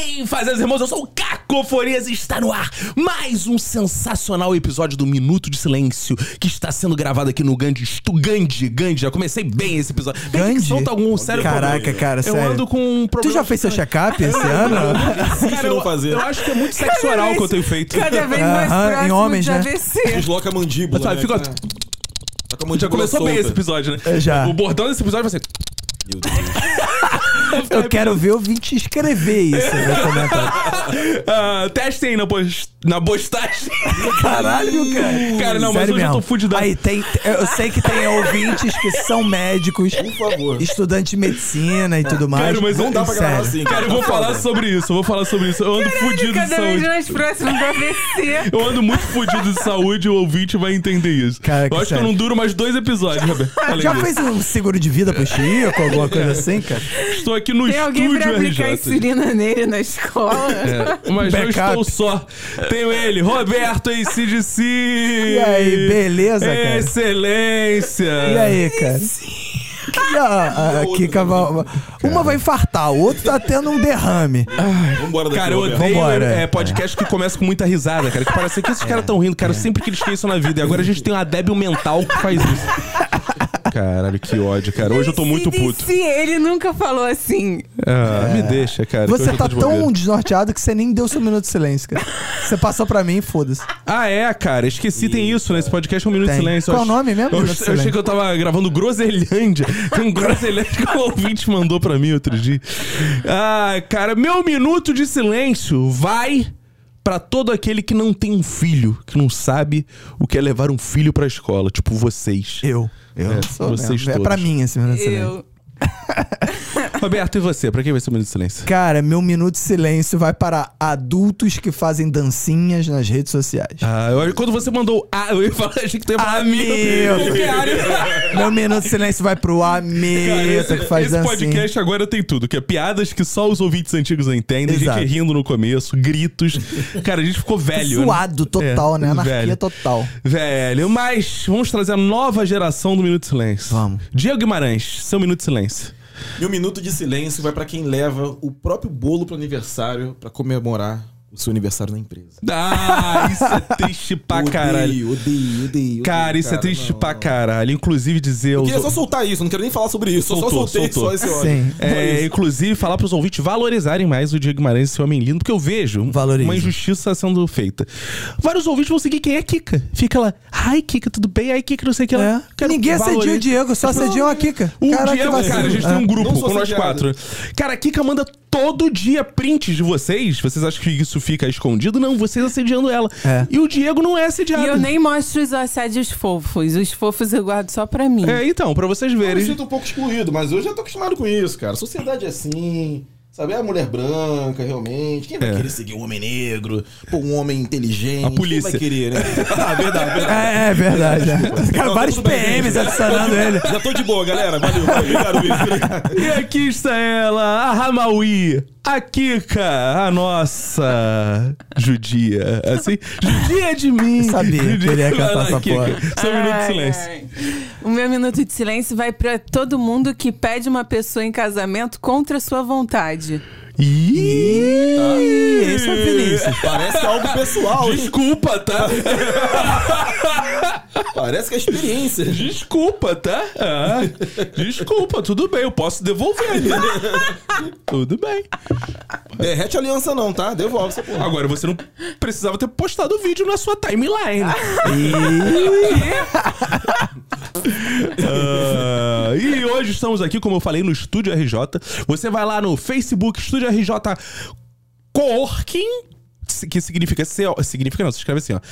Bem, fazendo irmãos, eu sou o Cacofonias e está no ar mais um sensacional episódio do Minuto de Silêncio que está sendo gravado aqui no Gandhi. Já comecei bem esse episódio. Gandhi? Solta algum sério Caraca, problema. cara, eu sério. ando com um problema. Tu já fez seu check-up esse ano? Cara, eu acho que é muito sexo oral que eu tenho feito. Cada vez mais próximo em homens, de né? AVC. Desloca a mandíbula, Sabe, né? fica... Tá com a mandíbula Já começou solta. bem esse episódio, né? Já. O bordão desse episódio vai ser... Meu Deus. Eu quero ver o ouvinte escrever isso no comentário. Testem na postagem. Caralho, cara. Cara, não, mas Sério hoje eu tô mesmo. fudidão. Aí, eu sei que tem ouvintes que são médicos, Por favor. estudantes de medicina e tudo mais. Cara, mas Não dá pra gravar Sério. assim, Cara, eu vou falar sobre isso, Eu ando fudido de Cada vez saúde. mais próximo do AVC. Eu ando muito fudido de saúde, o ouvinte vai entender isso. Cara, eu que acho que eu sério. não duro mais 2 episódios, Roberto. Além Já disso. fez um seguro de vida pro Chico, alguma coisa assim, cara? Estou aqui no Tem alguém pra estúdio aplicar RJ. insulina nele na escola? Mas não Backup. estou só. Tenho ele, Roberto ACDC. E aí, beleza, cara? Excelência. E aí, cara? E a Kika uma vai infartar, o outro tá tendo um derrame. Vambora daqui, Cara, eu Roberto. odeio Vambora. podcast que começa com muita risada, cara. Que parece que esses caras tão rindo, cara. Sempre que eles têm isso na vida. E agora a gente tem uma débil mental que faz isso. Caralho, que ódio, cara. Hoje eu tô muito puto. Se ele nunca falou assim. Me deixa, cara. que hoje Você eu tá tô de bobeira. tão desnorteado que você nem deu seu minuto de silêncio, cara. Você passou pra mim, foda-se. Ah, é, cara. Esqueci, tem isso, né? Esse podcast é um Minuto de Tem. Silêncio. Qual Eu o nome mesmo? Eu, Minuto de eu achei Silêncio. que eu tava gravando Groselhândia. Tem um Groselhândia que o ouvinte mandou pra mim outro dia. Ah, cara, meu Minuto de Silêncio vai pra todo aquele que não tem um filho, que não sabe o que é levar um filho pra escola. Tipo, vocês. Eu sou vocês mesmo. É todos. pra mim esse minuto de silêncio. Eu. Roberto, e você? Pra quem vai ser o Minuto de Silêncio? Cara, meu minuto de silêncio vai para adultos que fazem dancinhas nas redes sociais. Quando você mandou eu ia falar, achei que tu ia falar Amigo. Porque a área... Meu minuto de silêncio vai pro Ameta que faz esse dancinha. podcast agora tem tudo, que é piadas que só os ouvintes antigos entendem, Exato. gente rindo no começo, gritos. Cara, a gente ficou velho. Suado total, né? Anarquia velho. total. Velho, mas vamos trazer a nova geração do Minuto de Silêncio. Vamos. Diego Guimarães, seu Minuto de Silêncio. Meu minuto de silêncio vai pra quem leva o próprio bolo pro aniversário pra comemorar o seu aniversário na empresa. Isso é triste pra caralho. Odeio. Cara, isso é triste pra caralho. Inclusive dizer... Eu queria só soltar isso, não quero nem falar sobre isso. Eu só soltei soltou. só esse ódio. Sim. Inclusive, falar pros ouvintes valorizarem mais o Diego Guimarães, esse homem lindo, porque eu vejo Valorizo. uma injustiça sendo feita. Vários ouvintes vão seguir quem é Kika. Fica lá, ai, Kika, tudo bem? Ai, Kika, não sei o que lá. É. Cara, Ninguém assedia valoriza. o Diego, só assediam a Kika. O Caraca, Diego, vacilo. cara, a gente tem um grupo Não sou com nós assediado. 4. Cara, a Kika manda todo dia prints de vocês. Vocês acham que isso fica escondido? Não, vocês assediando ela. É. E o Diego não é assediado. E eu nem mostro os assédios fofos. Os fofos eu guardo só pra mim. Então, pra vocês Eu me verem. sinto um pouco excluído, mas eu já tô acostumado com isso, cara. A sociedade é assim... Sabe, é a mulher branca, realmente. Quem vai querer seguir um homem negro? Pô, um homem inteligente? A polícia. Quem vai querer, né? Verdade. É verdade. Cara, Não, vários tudo bem. PMs adicionando ele. Já tô de boa, galera. Valeu. Obrigado, Luiz. E aqui está ela, a Ramaui, a Kika, a nossa judia. Assim, judia de mim. Eu sabia que ele ia cantar Vai lá, essa Kika. porra. Seu minuto de Ai, silêncio. ai. O meu minuto de silêncio vai pra todo mundo que pede uma pessoa em casamento contra sua vontade. Esse é o Vinícius. Parece que é algo pessoal, hein? Desculpa, tá? Parece que é experiência. Desculpa, tá? Desculpa, tudo bem, eu posso devolver. Tudo bem. Derrete a aliança não, tá? Devolve essa porra. Agora, você não precisava ter postado o vídeo na sua timeline. E hoje estamos aqui, como eu falei, no Estúdio RJ. Você vai lá no Facebook, Estúdio RJ Coworking, que significa significa não, se escreve assim, ó.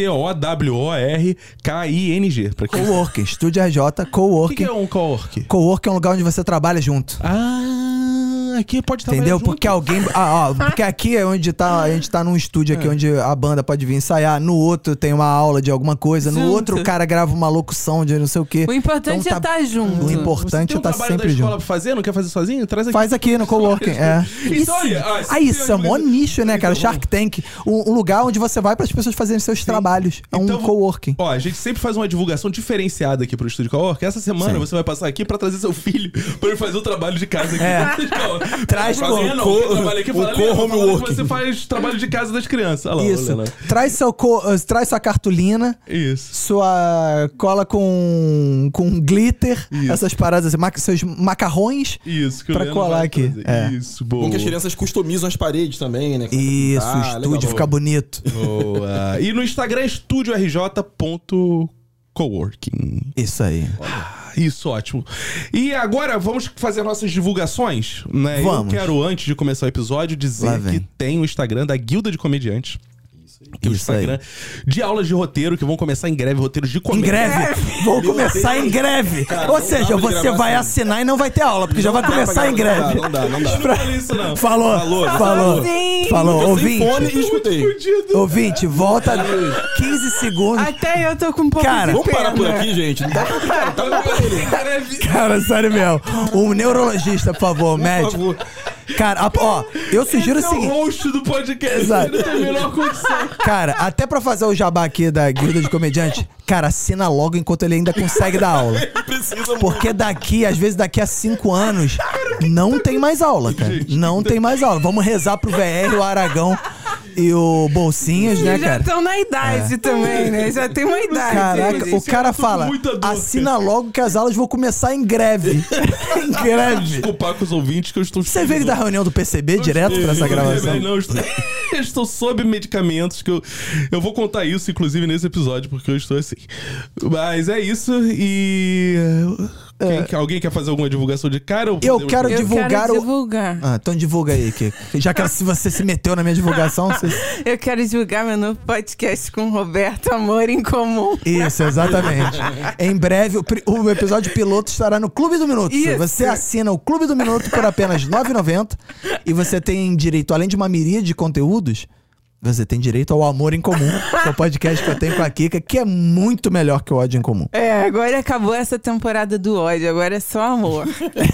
COWORKING. Pra quem... Coworking, Estúdio RJ, O que Coworking. é um coworking? Coworking é um lugar onde você trabalha junto. Aqui pode trabalhar Entendeu? junto. Porque alguém. Porque aqui é onde tá. A gente tá num estúdio aqui onde a banda pode vir ensaiar. No outro tem uma aula de alguma coisa. No Junto. outro o cara grava uma locução de não sei o quê. O importante Então é estar junto. O importante Tem é um estar trabalho sempre da escola junto. pra fazer? Não quer fazer sozinho? Traz aqui. Faz aqui no Coworking, é. Então, olha, Isso é mó nicho, né, cara? Shark Tank. Um lugar onde você vai para as pessoas fazerem seus trabalhos. É Então, um Coworking. Ó, a gente sempre faz uma divulgação diferenciada aqui pro Estúdio Coworking. Essa semana Sim. você vai passar aqui pra trazer seu filho pra ele fazer o trabalho de casa aqui. É. no Estúdio Coworking. Traz Fazendo, com... não, eu trabalhei aqui falando, o homework. você faz trabalho de casa das crianças. Olha lá, Isso. olha lá. Traz sua cartolina, Isso. sua cola com glitter, Isso. essas paradas assim, seus macarrões. Isso, que o Pra Leandro colar vai aqui. trazer. É. Isso, boa. Bom que as crianças customizam as paredes também, né? Isso, o legal. estúdio fica bonito. Boa. E no Instagram é estudiorj.coworking. Isso aí. Isso, ótimo. E agora vamos fazer nossas divulgações, né? Vamos. Eu quero, antes de começar o episódio, Lá dizer vem. que tem o Instagram da Guilda de Comediantes. Que é o Isso aí. Instagram de aulas de roteiro, que vão começar em greve, roteiros de Em comédia. greve. Vou começar em greve. Cara, Ou não seja, dá pra você gravar vai assim. assinar e não vai ter aula, porque já vai começar em greve. Não dá. Não fale isso, não. Falou. Sim. Falou. Sem Ouvinte. fone e escutei. Ouvinte, volta 15 segundos. Até eu tô com um pouco Cara, de Vamos parar por pena. aqui, gente. Não dá pra cara, tá bom pra ele. Cara, sério mesmo. Um neurologista, por favor, Por médico. favor. Cara, ó, eu sugiro o Esse é o seguinte. host do podcast. Exato. Ele tem a menor condição. Cara, até pra fazer o jabá aqui da Guilda de Comediante, cara, assina logo enquanto ele ainda consegue dar aula. Precisa muito. Porque às vezes daqui a 5 anos, não tem mais aula, cara. Não tem mais aula. Vamos rezar pro VR, o Aragão e o Bolsinhas, né, Já cara? estão na idade também, né? Já tem uma idade. Caraca, gente. o cara eu tô com fala, muita dor, assina logo que as aulas vão começar em greve. Em greve. Desculpar com os ouvintes que eu estou... Você veio da reunião do PCB direto pra essa gravação? Não, eu estou sob medicamentos, que eu vou contar isso, inclusive, nesse episódio, porque eu estou assim. Mas é isso, e... Alguém quer fazer alguma divulgação de cara? Ou Eu podemos- quero Eu divulgar quero o... divulgar. Ah, então divulga aí, Kiko. Já que se você se meteu na minha divulgação, você... Eu quero divulgar meu novo podcast com o Roberto, Amor em Comum. Isso, exatamente. Em breve, o episódio piloto estará no Clube do Minuto. Isso. Você assina o Clube do Minuto por apenas R$ 9,90 e você tem direito, além de uma miríade de conteúdos, você tem direito ao Amor em Comum, que é o podcast que eu tenho com a Kika, que é muito melhor que o Ódio em Comum. É, agora acabou essa temporada do ódio, agora é só amor.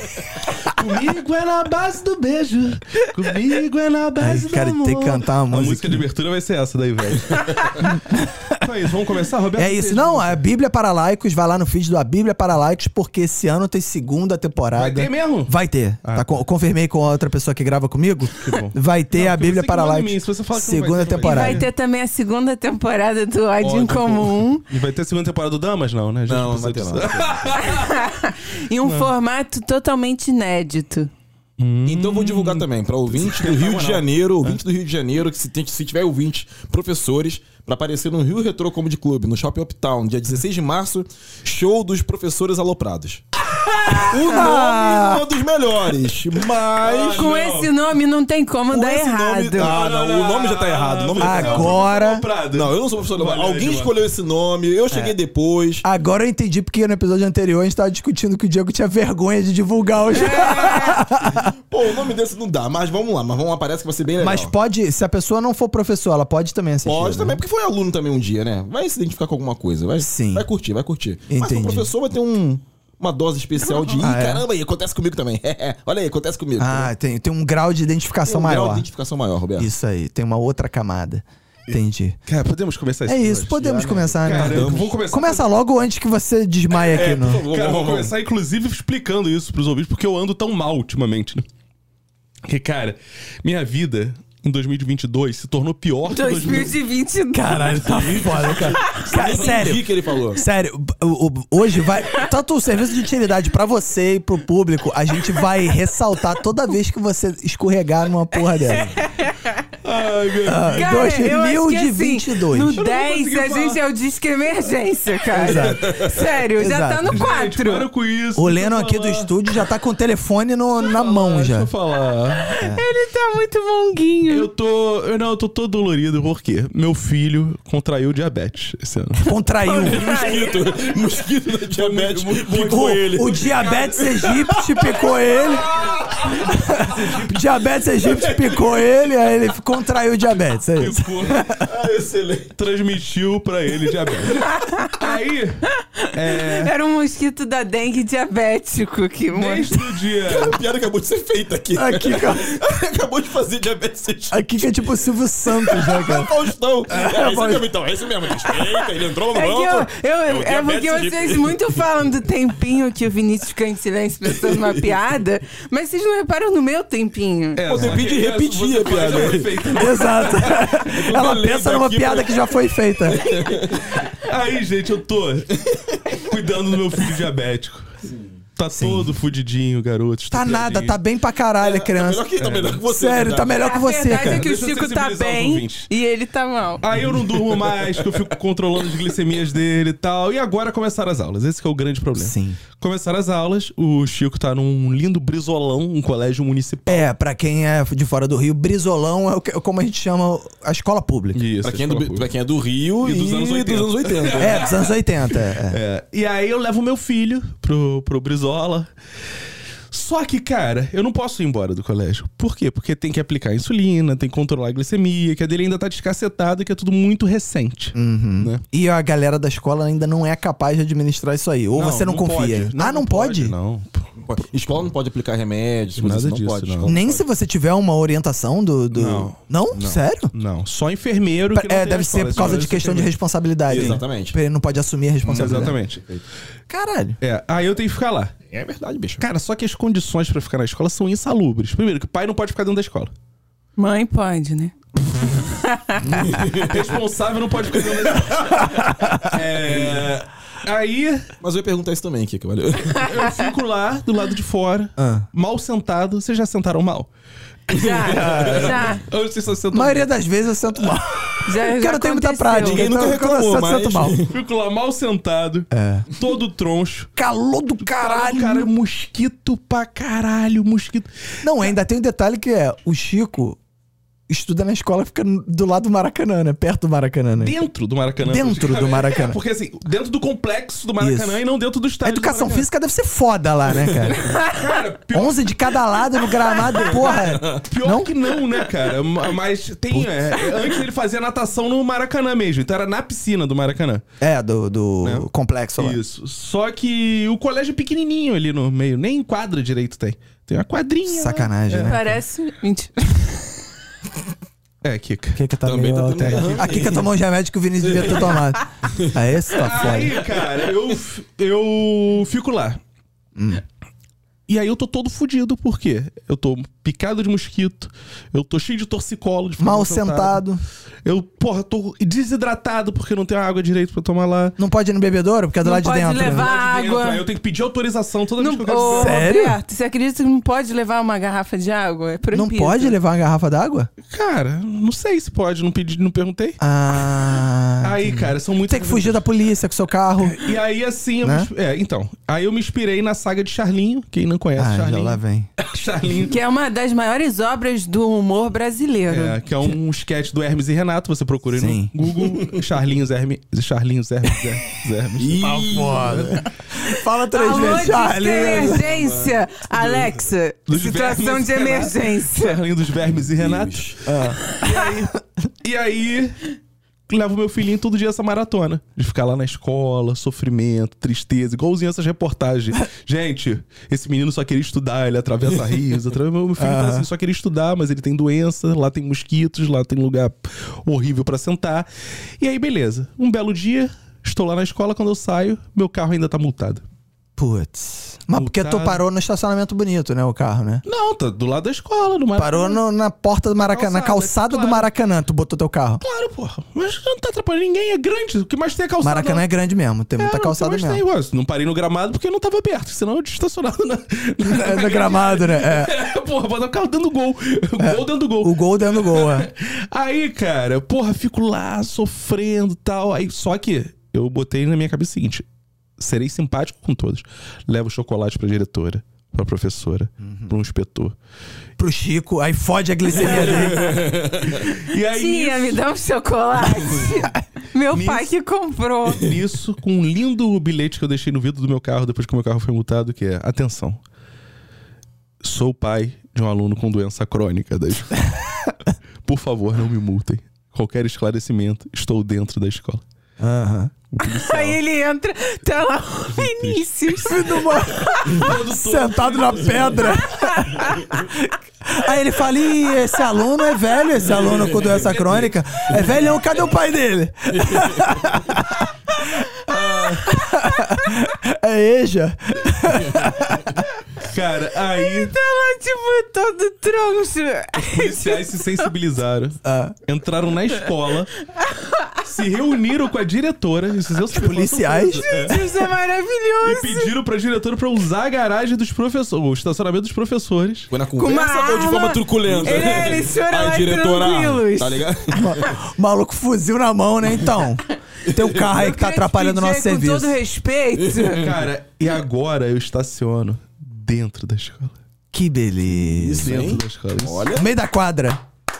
Comigo é na base do beijo. Comigo é na Ai, base do cara, amor. tem que cantar uma A música. música de abertura vai ser essa daí, velho. Então é isso, vamos começar, Roberto? É isso. Não, a Bíblia para Laicos, vai lá no feed do A Bíblia para Laicos, porque esse ano tem segunda temporada. Vai ter mesmo? Vai ter. Ah, confirmei com a outra pessoa que grava comigo. Que bom. Vai ter Não, a porque Bíblia você que para manda em Laicos. mim. Se você fala que não vai Segunda ter, não temporada. Vai ter também a segunda temporada do Ódio em Ódio em Comum. E vai ter a segunda temporada do Damas, não, né? A gente Não, precisa não vai ter disso. Em um formato totalmente inédito. Então eu vou divulgar também para ouvintes do Rio de Janeiro, que se tiver ouvintes, professores, para aparecer no Rio Retro Comedy Club, no Shopping Uptown, dia 16 de março, show dos professores aloprados. O nome não é dos melhores, mas... Com esse nome não tem como com dar esse errado. nome... Ah, não, o nome já tá errado. O nome já tá errado. Agora... Não, eu não sou professor aloprado. Valeu, Alguém Edmar. escolheu esse nome, eu cheguei depois. Agora eu entendi porque no episódio anterior a gente tava discutindo que o Diego tinha vergonha de divulgar os... Pô, o nome desse não dá, mas vamos lá, parece que vai ser bem legal. Mas pode, se a pessoa não for professor, ela pode também assistir. Pode né? também, porque foi aluno também um dia, né? Vai se identificar com alguma coisa. Sim. Vai curtir. Mas Entendi. o professor vai ter uma dose especial de... Ih, Ah, é? caramba, aí acontece comigo também. Olha aí, acontece comigo. Ah, tem um grau de identificação Tem um grau maior. de identificação maior, Roberto. Isso aí, tem uma outra camada. Entendi. Cara, podemos começar esse É isso, episódio? podemos começar, né? Cara, eu vou começar... Começa logo antes que você desmaie aqui no... Por favor, Cara, eu vou vamos. começar, inclusive, explicando isso pros ouvintes, porque eu ando tão mal ultimamente, né? Porque, cara, minha vida em 2022 se tornou pior que 2022. Caralho, tá foda, cara. Cara, sério. O que ele falou? Sério, hoje vai. Tanto o serviço de utilidade pra você e pro público, a gente vai ressaltar toda vez que você escorregar numa porra dessa. Ai, meu Deus. Cara, eu acho que 2022. assim, no vou 10 conseguir a gente falar. é o disque emergência, cara. Sério, já tá Exato. no Gente, 4. para com isso. O deixa eu Lennon aqui do falar. estúdio já tá com o telefone na mão Deixa já. eu falar. Ele tá muito monguinho. Eu tô todo dolorido porque meu filho contraiu diabetes esse ano. Contraiu. Mosquito da diabetes picou ele. O diabetes egípcio picou ele. Diabetes egípcio picou ele, aí ele ficou contraiu diabetes, é isso. Ficou, Excelente. transmitiu pra ele diabetes. Aí, Era um mosquito da dengue diabético que desde o dia... A piada acabou de ser feita aqui. Aqui, cara. Acabou de fazer diabetes. Aqui que é tipo o Silvio Santos, né, cara? Faustão. É esse mesmo. Respeita, ele entrou no banco. É porque vocês muito falam do tempinho que o Vinícius ficou em silêncio pensando numa piada, mas vocês não reparam no meu tempinho. O tempinho de repetir a piada. Exato. Ela pensa numa piada que já foi feita. Aí, gente, eu tô cuidando do meu filho diabético. Tá todo fudidinho, garoto. Tá nada, tá bem pra caralho a criança. Tá melhor que você. Sério, tá melhor que você, A verdade cara. é que o Deixa eu Chico tá sensibilizar os bem ouvintes. e ele tá mal. Aí eu não durmo mais, que eu fico controlando as glicemias dele e tal. E agora começaram as aulas. Esse que é o grande problema. Sim. Começaram as aulas, o Chico tá num lindo Brizolão, um colégio municipal. É, pra quem é de fora do Rio, Brizolão é como a gente chama a escola pública. Isso. Pra quem é do Rio E dos anos 80. É, dos anos 80. E aí eu levo meu filho pro Brizola. Só que, cara, eu não posso ir embora do colégio. Por quê? Porque tem que aplicar insulina, tem que controlar a glicemia, que a dele ainda tá descacetada, que é tudo muito recente. Né? E a galera da escola ainda não é capaz de administrar isso aí. Ou você não confia. Pode. Não pode? Não. Escola não pode aplicar remédios, Nada coisas assim, disso, não pode. não. Escola Nem pode. se você tiver uma orientação do... Não? Sério? Não. Só enfermeiro que não tem Deve na ser escola. por causa de Esse questão de enfermeiro. responsabilidade. né? Exatamente. Ele não pode assumir a responsabilidade. Exatamente. Caralho. Aí eu tenho que ficar lá. É verdade, bicho. Cara, só que as condições pra ficar na escola são insalubres. Primeiro, que o pai não pode ficar dentro da escola. Mãe pode, né? Responsável não pode ficar dentro da escola. Aí Mas eu ia perguntar isso também, Kiko. Valeu. eu fico lá, do lado de fora, mal sentado. Vocês já sentaram mal? Já. Ou vocês só A sentam maioria das vezes eu sento mal. Já Cara, eu tenho muita aconteceu. prática. Ninguém então nunca reclamou, eu sento mas- mal. Fico lá mal sentado, todo troncho. Calor do caralho. Cara, mosquito pra caralho, mosquito. Não, ainda tem um detalhe que é, o Chico estuda na escola, fica do lado do Maracanã, né? Perto do Maracanã, né? Dentro do Maracanã. Dentro do Maracanã. Porque assim, dentro do complexo do Maracanã Isso. e não dentro do A estádio. educação do Maracanã. física deve ser foda lá, né, cara? Cara, pior, 11 de cada lado no gramado, porra. pior Não? que não, né, cara? Mas tem. Antes ele fazia natação no Maracanã mesmo. Então era na piscina do Maracanã. É, do complexo lá. Isso. Só que o colégio é pequenininho ali no meio. Nem quadra direito tem. Tem uma quadrinha. lá. Sacanagem, né? Parece... Mentira. É, Kika. Kika tá Também meio tá tendo alterado. errado. A Kika tomou os remédios que o Vinícius devia ter tomado. Aí esse tá foda. Aí, cara, eu fico lá. E aí eu tô todo fudido, por quê? Eu tô picado de mosquito, eu tô cheio de torcicolo. De Mal sentado. Eu, porra, tô desidratado porque não tenho água direito pra tomar lá. Não pode ir no bebedouro, porque é do Não lado de pode dentro. levar- né? Lá de dentro, água. aí eu tenho que pedir autorização toda vez Não, que eu quero ô, beber. Sério? Roberto, você acredita que não pode levar uma garrafa de água? É Não proibido. pode levar uma garrafa d'água? Cara, não sei se pode, não pedi, não perguntei. Ah. Aí, cara, são muitas... Tem que fugir da polícia com seu carro. E aí, assim, Né? então. Aí eu me inspirei na saga de Charlinho. Quem não conhece Ah, já Charlinho? lá vem. Charlinho. Que é uma das maiores obras do humor brasileiro. Que é um sketch do Hermes e Renato. Você procura aí Sim. no Google. Charlinhos Hermes. Tá foda. Fala três Alô, vezes, disque Charlie. emergência! Alexa, Dos situação vermes de e Renato. emergência. Charlinho dos Vermes e Renato. E aí, levo meu filhinho todo dia essa maratona. De ficar lá na escola, sofrimento, tristeza, igualzinho essas reportagens. Gente, esse menino só queria estudar, ele atravessa rios. Meu filho tá assim, só queria estudar, mas ele tem doença, lá tem mosquitos, lá tem lugar horrível pra sentar. E aí, beleza. Um belo dia, estou lá na escola, quando eu saio, meu carro ainda tá multado. Putz. Mas porque tu Multado. parou no estacionamento bonito, né? O carro, né? Não, tá do lado da escola, no Maracanã. Parou na porta do Maracanã, na calçada do claro. Maracanã, tu botou teu carro. Claro, porra. Mas não tá atrapalhando ninguém, é grande. O que mais tem é calçada. Maracanã é grande mesmo, tem muita não, calçada o que mais mesmo. tem, ué. Não parei no gramado porque não tava aberto, senão eu tinha estacionado na... É no gramado, né? É. Porra, botar o carro dentro do gol. Gol dentro do gol. O gol dentro do gol, é. Aí, cara, porra, fico lá sofrendo e tal. Aí, só que eu botei na minha cabeça o seguinte: serei simpático com todos. Levo chocolate pra diretora, pra professora, pro inspetor. Pro Chico, aí fode a glicemia dele. E aí, Tia, me dá um chocolate. Meu Nisso- pai que comprou. Isso, com um lindo bilhete que eu deixei no vidro do meu carro depois que o meu carro foi multado, que é: atenção, sou pai de um aluno com doença crônica da escola. Por favor, não me multem. Qualquer esclarecimento, estou dentro da escola. Aham. Aí ele entra, tá lá o Vinícius. Sentado na pedra. Aí ele fala, ih, esse aluno é velho, esse aluno com doença crônica. É velhão, cadê o pai dele? É Eja. Cara, aí Tá lá, tipo, todo troncho. os policiais se sensibilizaram, entraram na escola, se reuniram com a diretora. Os policiais? Isso é maravilhoso. E pediram pra diretora pra usar a garagem dos professores, o estacionamento dos professores. Foi na uma conversa ou de forma arma. truculenta? Eles foram Aí, lá diretora, tranquilos. tá ligado? Maluco, fuzil na mão, né? Então, tem um carro aí que tá atrapalhando o nosso serviço. Com todo respeito. Cara, e agora eu estaciono dentro da escola. Que beleza. Isso, Dentro hein? da escola. Isso. Olha. No meio da quadra.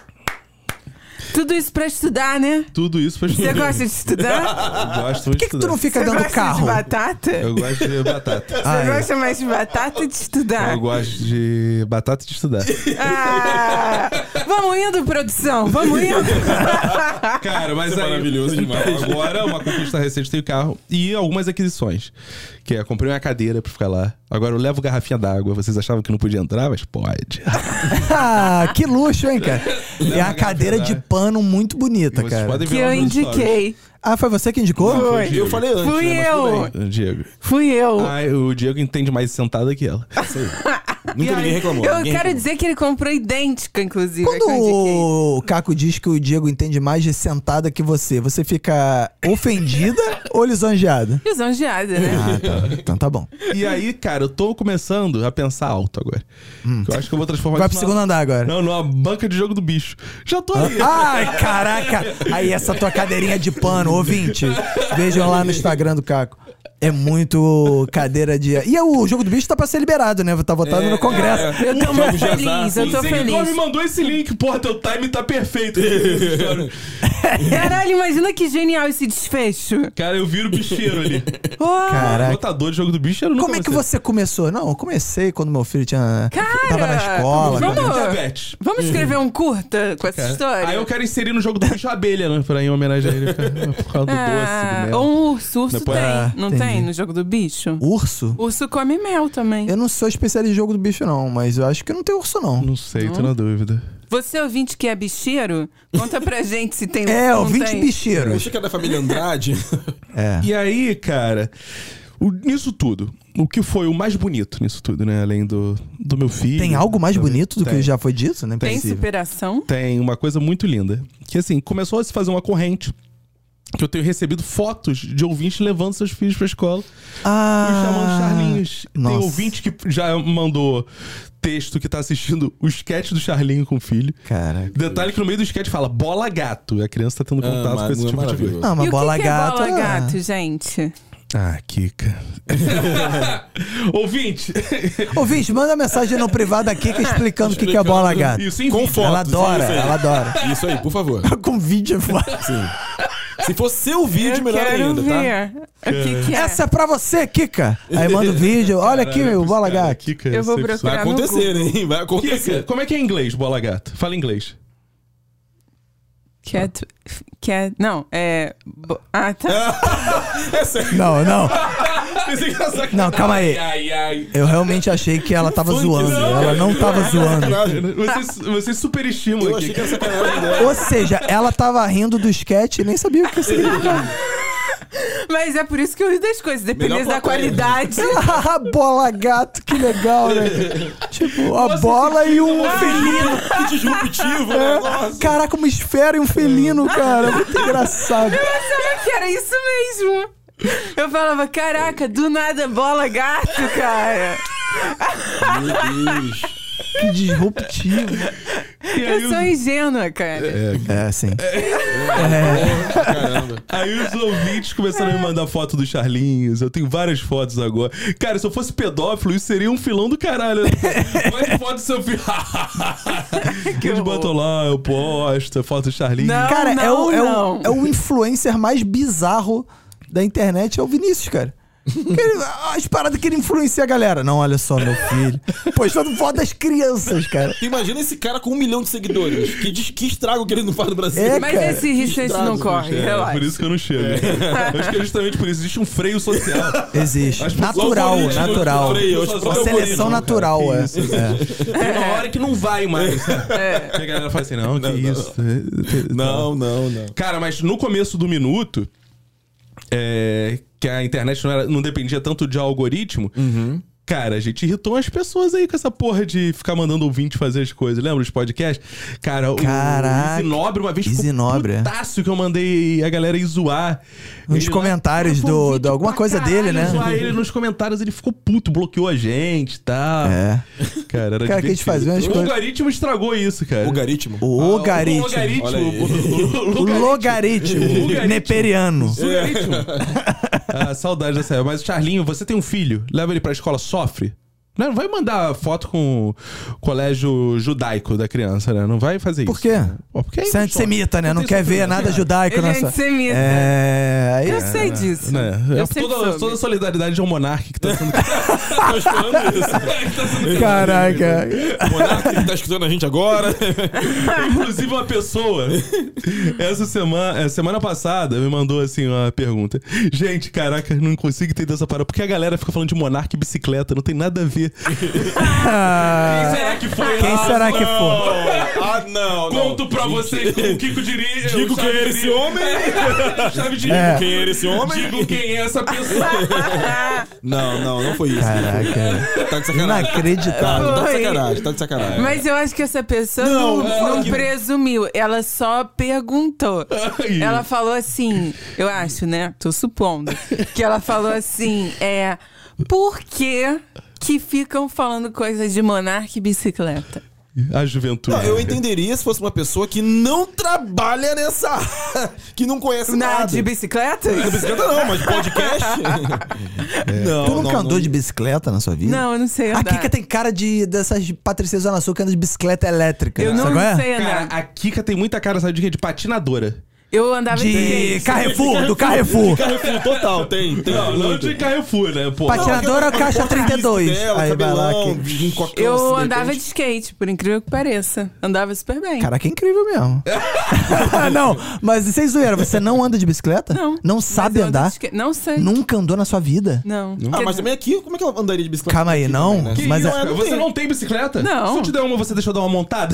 Tudo isso pra estudar, né? Tudo isso pra Você gosta de estudar? Eu gosto Por muito que, de que tu não estudar. fica Você dando gosta carro? de batata? Eu gosto de batata. Você Ai. gosta mais de batata ou de estudar? Eu gosto de batata e de estudar. Ah, vamos indo, produção. Vamos indo. Cara, mas Isso é aí, maravilhoso demais. Agora, uma conquista recente, tem o carro e algumas aquisições. Que é, comprei uma cadeira pra ficar lá. Agora eu levo garrafinha d'água. Vocês achavam que não podia entrar, mas pode. Ah, que luxo, hein, cara? Leva É a cadeira de pano muito bonita, Vocês cara. podem ver Que lá eu nos indiquei. Ah, foi você que indicou? Foi. Eu falei antes, Fui né, mas tudo eu. bem. stories. Diego. Fui eu. O Diego entende mais sentada que ela. Nunca ninguém reclamou. Eu ninguém quero reclamou. dizer que ele comprou idêntica, inclusive. Quando a que eu indiquei. o Caco diz que o Diego entende mais de sentada que você fica ofendida ou lisonjeada? Lisonjeada, né? Ah, tá. Então tá bom. E aí, cara, eu tô começando a pensar alto agora. Que eu acho que eu vou transformar Vai isso pro segundo andar agora. Não, numa banca de jogo do bicho. Já tô ali. Ai, caraca! Aí essa tua cadeirinha de pano, ouvinte. Vejam lá no Instagram do Caco. É muito cadeira de... E o jogo do bicho tá pra ser liberado, né? Tá votado no Congresso. Eu tô muito Jogos de azar. feliz, eu O tô seguidor me feliz. mandou esse link. Porra, teu time tá perfeito. Caralho, imagina que genial esse desfecho. Cara, eu viro bicheiro ali. Caraca. Lutador de jogo do bicho era nunca Como é que você começou? Não, eu comecei quando meu filho tava na escola. vamos- cara. Diabetes. Vamos escrever um curta com essa história? Aí eu quero inserir no jogo do bicho a abelha, né? Pra em homenagem a ele. Por causa do doce, do mel. ou um urso. Urso Depois- tem, não entendi. tem no jogo do bicho? Urso? Urso come mel também. Eu não sou especialista em jogo do bicho, não, mas eu acho que não tem urso, não. Não sei, tô na dúvida. Você, ouvinte que é bicheiro, conta pra gente se tem urso É, ou não ouvinte tem. bicheiros. Você que é da família Andrade? É. E aí, cara, nisso tudo, o que foi o mais bonito nisso tudo, né? Além do meu filho. Tem algo mais bonito do que Tem. já foi dito, né? Tem superação? Tem uma coisa muito linda. Que assim, começou a se fazer uma corrente. Que eu tenho recebido fotos de ouvintes levando seus filhos pra escola. E chamando Charlinhos. Tem nossa. ouvinte que já mandou texto que tá assistindo o sketch do Charlinho com o filho. Caraca. Detalhe que no meio do sketch fala bola gato. A criança tá tendo contato mas com esse não é tipo de maravilhoso. coisa. Não, mas E bola o que gato. é bola gato, gente? Ah, Kika. Ouvinte. Ouvinte, manda mensagem no privado aqui que explicando o que é bola gato. Isso, em Com vídeo. fotos. Ela adora, isso aí. ela adora. Isso aí, por favor. Com vídeo. Sim. Se for seu vídeo, Eu melhor quero ainda, tá? ver. O que é? Essa é pra você, Kika. Aí manda o vídeo. Olha aqui, meu, bola gato. Kika, Eu vou sempre procurar. Vai no acontecer, Google. hein? Vai Kika, acontecer. como é que é em inglês, bola gato? Fala em inglês. Não, é... Ah, tá. É sério. Não, não. Pensei que era sacanagem. Não, calma aí. Ai. Eu realmente achei que ela tava Funk, zoando. não. Ela não tava zoando. Vocês superestimam Eu aqui. achei que era sacanagem dela. Ou seja, ela tava rindo do sketch e nem sabia o que significava. Mas é por isso que eu rio das coisas, dependendo Melhor da plateia. qualidade. Bola gato, que legal, né? Tipo, a bola e um felino. Que disruptivo, né? Nossa. Caraca, uma esfera e um felino, cara. Muito engraçado. Eu achava que era isso mesmo. Eu falava, caraca, do nada bola gato, cara. Meu Deus. Que disruptivo. E aí, Eu sou ingênua, cara. É, sim. Caramba. aí os ouvintes começaram a me mandar foto dos Charlinhos. Eu tenho várias fotos agora. Cara, se eu fosse pedófilo, isso seria um filão do caralho. Mande foto do seu filho. Que eles botam lá, eu posto, foto do Charlinhos. Não. Cara, não. é o influencer mais bizarro da internet, é o Vinícius, cara. As paradas que ele influencia a galera. Não, olha só, meu filho. Postando foto das crianças, cara. Imagina esse cara com 1 milhão de seguidores. Que estrago que ele não faz no Brasil. É, Mas cara, esse risco a gente não corre, relaxa. Por isso que eu não chego. Acho que é justamente por isso. Existe um freio social. Existe. As pessoas- Natural, Logo, natural. freio, Pessoas a olham Seleção por natural, cara. é. Isso. Tem uma hora que não vai mais. Que a galera fala assim, não, que isso. Não. Cara, mas no começo do minuto, que a internet não dependia tanto de algoritmo, cara, a gente irritou as pessoas aí com essa porra de ficar mandando ouvinte fazer as coisas. Lembra dos podcasts? Cara, Caraca. o Easy Nobre uma vez Easy Nobre, é. putaço que eu mandei a galera ir zoar. Nos Ele comentários lá, pô, de vídeo alguma pra coisa caralho, dele, né? Zoar ele nos comentários, ele ficou puto, bloqueou a gente e tal. É. Cara, era Cara, que a gente divertido. fazia umas O coisas- logaritmo estragou isso, cara. Logaritmo. O O logaritmo. logaritmo. Olha aí. O logaritmo. Neperiano. Logaritmo. Saudade dessa época. Mas, Charlinho, você tem um filho, leva ele pra escola, sofre. Não vai mandar foto com o colégio judaico da criança, né? Não vai fazer isso. Por quê? Pô, porque aí Você é antissemita, né? Não quer ver nada judaico Ele é nessa... antissemita. É... Eu sei disso. Eu sempre soube. Toda a solidariedade ao monarca que tá sendo... Tô esperando isso. Caraca. O Monarca que tá escutando a gente agora. Inclusive uma pessoa semana passada me mandou assim uma pergunta. Gente, caraca, não consigo entender essa parada. Porque a galera fica falando de monarca e bicicleta, não tem nada a ver. Quem será que foi? Quem será que foi? Não. Conto pra vocês como o Kiko diria. Digo quem era esse homem. Chave de Quem era esse homem? Digo quem é essa pessoa. Não foi isso. Caraca. Tá de sacanagem. Inacreditável. Tá de sacanagem. Mas eu acho que essa pessoa Não, não presumiu. Ela só perguntou. Ela falou assim, eu acho, né? Tô supondo. Que ela falou assim, por que ficam falando coisas de monarca e bicicleta? A juventude. Não, eu entenderia se fosse uma pessoa que não trabalha nessa área, que não conhece nada. De bicicleta? De bicicleta não, mas podcast? Não, Tu nunca andou de bicicleta na sua vida? Não, eu não sei A andar. Kika tem cara dessas Patrícia Zona Sul que anda de bicicleta elétrica. Eu não Sabe qual é? sei Cara, andar. a Kika tem muita cara, sabe de quê? De patinadora. Eu andava De skate. Carrefour, do Carrefour. Carrefour total, tem. Não de Carrefour, né? Pô. Patinadora caixa 32. Aí vai lá. Eu andava de skate, por incrível que pareça. Andava super bem. Caraca, é incrível mesmo. Não, mas sem zoeira, você não anda de bicicleta? Não. Não Mas sabe eu ando de andar? skate. Não sei. Nunca andou na sua vida? Não. Mas também aqui, como é que ela andaria de bicicleta? Calma aí, aqui não. também, né? Que Mas isso? é- Você não tem bicicleta? Não. Se eu te der uma, você deixou dar uma montada?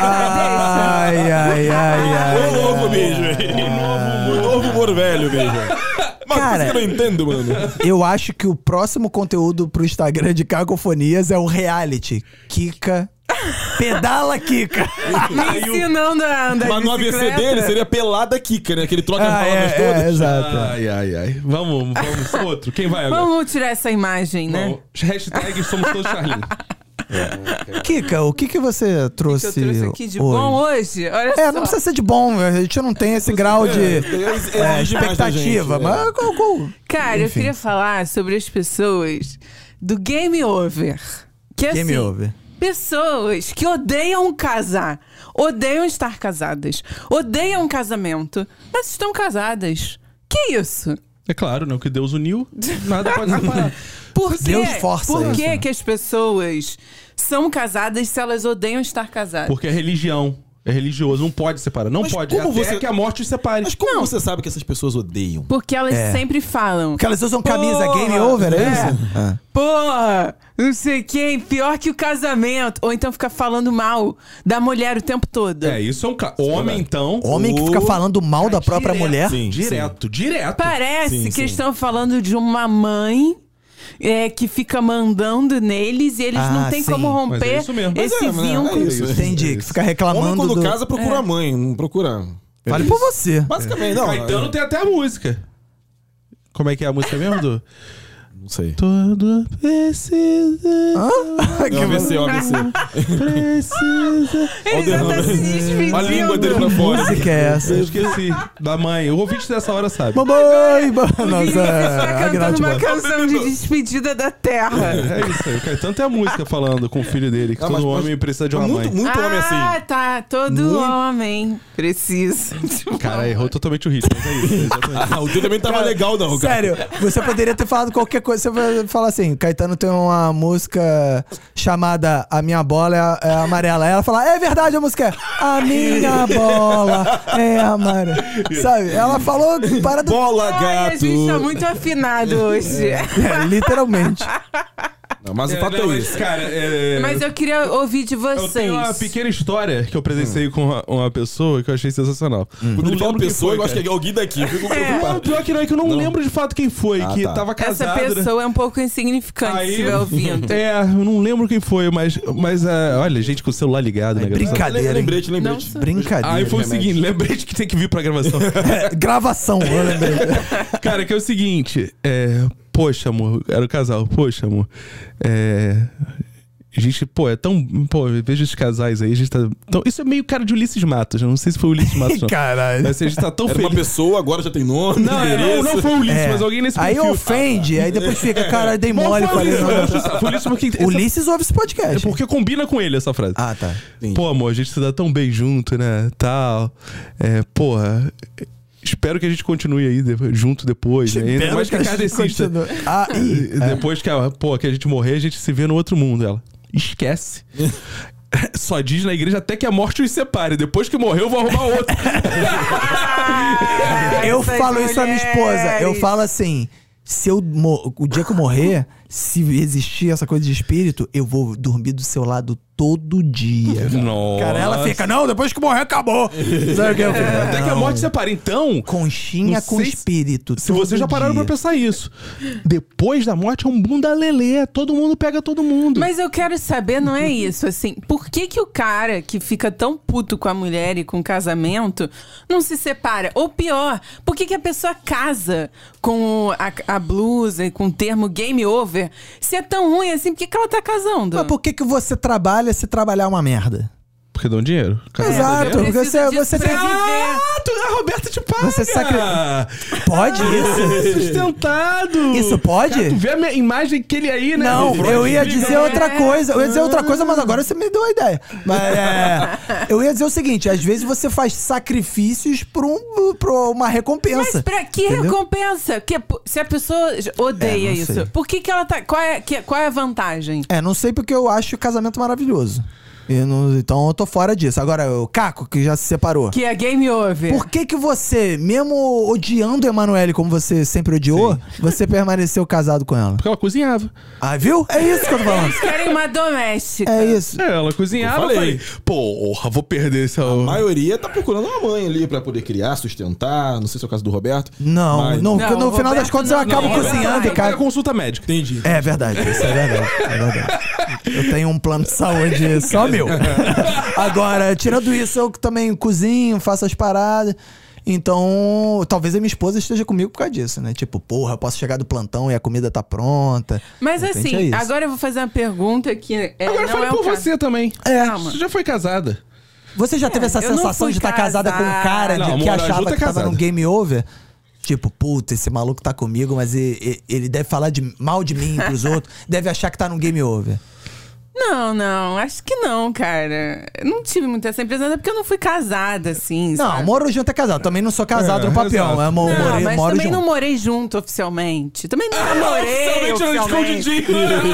Ai. Ô, louco, beijo. Novo humor velho, beijo. Mas Cara, eu não entendo, mano. Eu acho que o próximo conteúdo pro Instagram de Cacofonias é o reality. Kika. Pedala Kika. Me ensinando a andar Mas de no AVC bicicleta. dele seria pelada Kika, né? Que ele troca as palavras todas. exato. Ai. Vamos. Outro. Quem vai agora? Vamos tirar essa imagem, né? Bom, hashtag somos todos Charlinhos. Kika, o que você trouxe, O que eu trouxe aqui de hoje? bom hoje? Olha só. Não precisa ser de bom, a gente não tem esse grau de exige mais da expectativa. gente, mas qual? Cara, eu Enfim. queria falar sobre as pessoas do Game Over. Que é Game assim, over. pessoas que odeiam casar, odeiam estar casadas, odeiam casamento, mas estão casadas. Que isso? É claro, né? O que Deus uniu, nada pode separar. Por quê? Deus força Por isso, que né? que as pessoas são casadas se elas odeiam estar casadas? Porque é religião. É religioso, não pode separar. Não Mas pode. como Até você- que a morte os separe. Mas como você sabe que essas pessoas odeiam? Porque elas sempre falam. Porque elas usam camisa Porra, game over, é isso? Porra, não sei quem, pior que o casamento. Ou então fica falando mal da mulher o tempo todo. Isso é um... Homem, então... Homem que fica falando mal da própria Direto, mulher. Sim. Direto. Parece Sim, que eles estão falando de uma mãe que fica mandando neles e eles não têm sim. como Mas romper é isso mesmo. Mas esse é, mas é vínculo. isso. Entendi, que fica Homem reclamando quando do... casa procura a mãe, não procura. Fale por você. Basicamente, não. Caetano tem até a música. Como é que é a música mesmo, Du? Não sei. Todo precisa. É o AVC. Precisa. Ele já tá se despedindo. A língua dele pra fora. Que é essa? Eu esqueci. Da mãe. O ouvinte dessa hora sabe. Mamãe! Você Nossa, tá Agnaldo cantando uma Timóteo. canção de despedida da terra. É isso aí. O Caetano tem a música falando com o filho dele, que todo homem precisa de uma mãe. Muito homem assim. Ah, tá. Todo Muito. homem precisa. Cara, errou totalmente o ritmo. Mas é isso. Exatamente. O teu também tava legal, não, cara. Sério, você poderia ter falado qualquer coisa. Você vai falar assim: Caetano tem uma música chamada A Minha Bola é Amarela. Aí ela fala: é verdade, a música é A Minha Bola é Amarela. Sabe? Ela falou para do. Bola, Ai, a gato. gente tá muito afinado hoje. Literalmente. Não, mas o fato é isso. Cara, Mas eu queria ouvir de eu vocês. tenho uma pequena história que eu presenciei com uma pessoa que eu achei sensacional. Quando ele fala lembro quem pessoa, foi, eu acho que cara. é alguém daqui. Eu fico Não, preocupado. pior que não, é que eu não lembro de fato quem foi, Ah, que tá. tava Essa casado. pessoa é um pouco insignificante se estiver ouvindo. É, eu não lembro quem foi, mas olha, gente com o celular ligado, né? Brincadeira, hein? Lembrete. Não, Brincadeira. Aí foi o remédio. seguinte, lembrei de que tem que vir pra gravação. Gravação, eu lembrei. Cara, que é o seguinte, poxa, amor, era o casal, poxa, amor, a gente, é tão, eu vejo esses casais aí, a gente tá tão, isso é meio cara de Ulisses Matos, eu não sei se foi o Ulisses Matos não. Caralho. Mas a gente tá tão Era feliz. uma pessoa, agora já tem nome, Não foi o Ulisses, mas alguém nesse Aí perfil. ofende, aí depois fica, cara, dei Não mole, foi o falei. Ulisses, Não, foi o Ulisses porque... Ulisses ouve esse É podcast. porque combina com ele essa frase. Ah, tá. Pô, amor, a gente se dá tão bem junto, né? Tal. Porra. Espero que a gente continue aí junto depois, né? Ainda mais que a kardecista. Depois que a gente morrer, a gente se vê no outro mundo. Ela esquece. Só diz na igreja até que a morte os separe. Depois que morrer, eu vou arrumar outro. Eu Essas falo isso à minha esposa. Eu mulheres. falo assim: se o dia que eu morrer, se existir essa coisa de espírito, eu vou dormir do seu lado todo dia. Nossa. Cara, ela fica, não, depois que morrer, acabou. Sabe o que eu fico? Até que a Não. morte separe. Então, Conchinha Não com sei espírito. se vocês já pararam pra pensar isso. Depois da morte é um bunda lelê. Todo mundo pega todo mundo. Mas eu quero saber, não é isso, assim, por que o cara que fica tão puto com a mulher e com o casamento não se separa? Ou pior, por que a pessoa casa com a blusa e com o termo game over? Se é tão ruim assim, por que ela tá casando? Mas por que você trabalha se trabalhar é uma merda? Porque dão dinheiro. Exato, porque Precisa você disso tem pra viver. A Roberta te paga. Você Pode isso? Sustentado. Isso pode? Cara, tu vê a minha imagem que ele aí, né? Não, Freud eu ia fica, dizer né? outra coisa. Eu ia dizer outra coisa, mas agora você me deu uma ideia. Mas eu ia dizer o seguinte: às vezes você faz sacrifícios por uma recompensa. Mas pra que entendeu? recompensa? Se a pessoa odeia não isso, sei. por que ela tá... Qual é a vantagem? Não sei porque eu acho o casamento maravilhoso. Então eu tô fora disso. Agora, o Caco, que já se separou. Que é game over. Por que você, mesmo odiando a Emanuele como você sempre odiou, você permaneceu casado com ela? Porque ela cozinhava. Ah, viu? É isso que eu tô falando. Eles querem uma doméstica. É isso. Ela cozinhava. Eu Eu falei. falei, porra, vou perder esse... A maioria tá procurando uma mãe ali pra poder criar, sustentar. Não sei se é o caso do Roberto. Não, Mas- no Não, final das Roberto, contas eu não, acabo não, cozinhando, Roberto, cara. Paga consulta médica. Entendi. É verdade, isso é verdade. É verdade. Eu tenho um plano de saúde só meu. Agora, tirando isso, eu também cozinho, faço as paradas. Então, talvez a minha esposa esteja comigo por causa disso, né? Tipo, porra, eu posso chegar do plantão e a comida tá pronta. Mas De repente assim, é isso. agora eu vou fazer uma pergunta que Agora não fale é o por caso. você também. Calma. Você já foi casada. Você já teve essa eu não sensação fui de estar casada com um cara Não, de amor, que ajuda achava é que tava casada. no game over? Tipo, puta, esse maluco tá comigo, mas ele deve falar mal de mim pros outros. Deve achar que tá no game over. Não, acho que não, cara. Eu não tive muita essa impressão, até porque eu não fui casada, assim, Não, sabe? moro junto é casado. Também não sou casado É, no papel. exato. Eu Não, mas moro também junto. não morei junto oficialmente. Também não namorei oficialmente.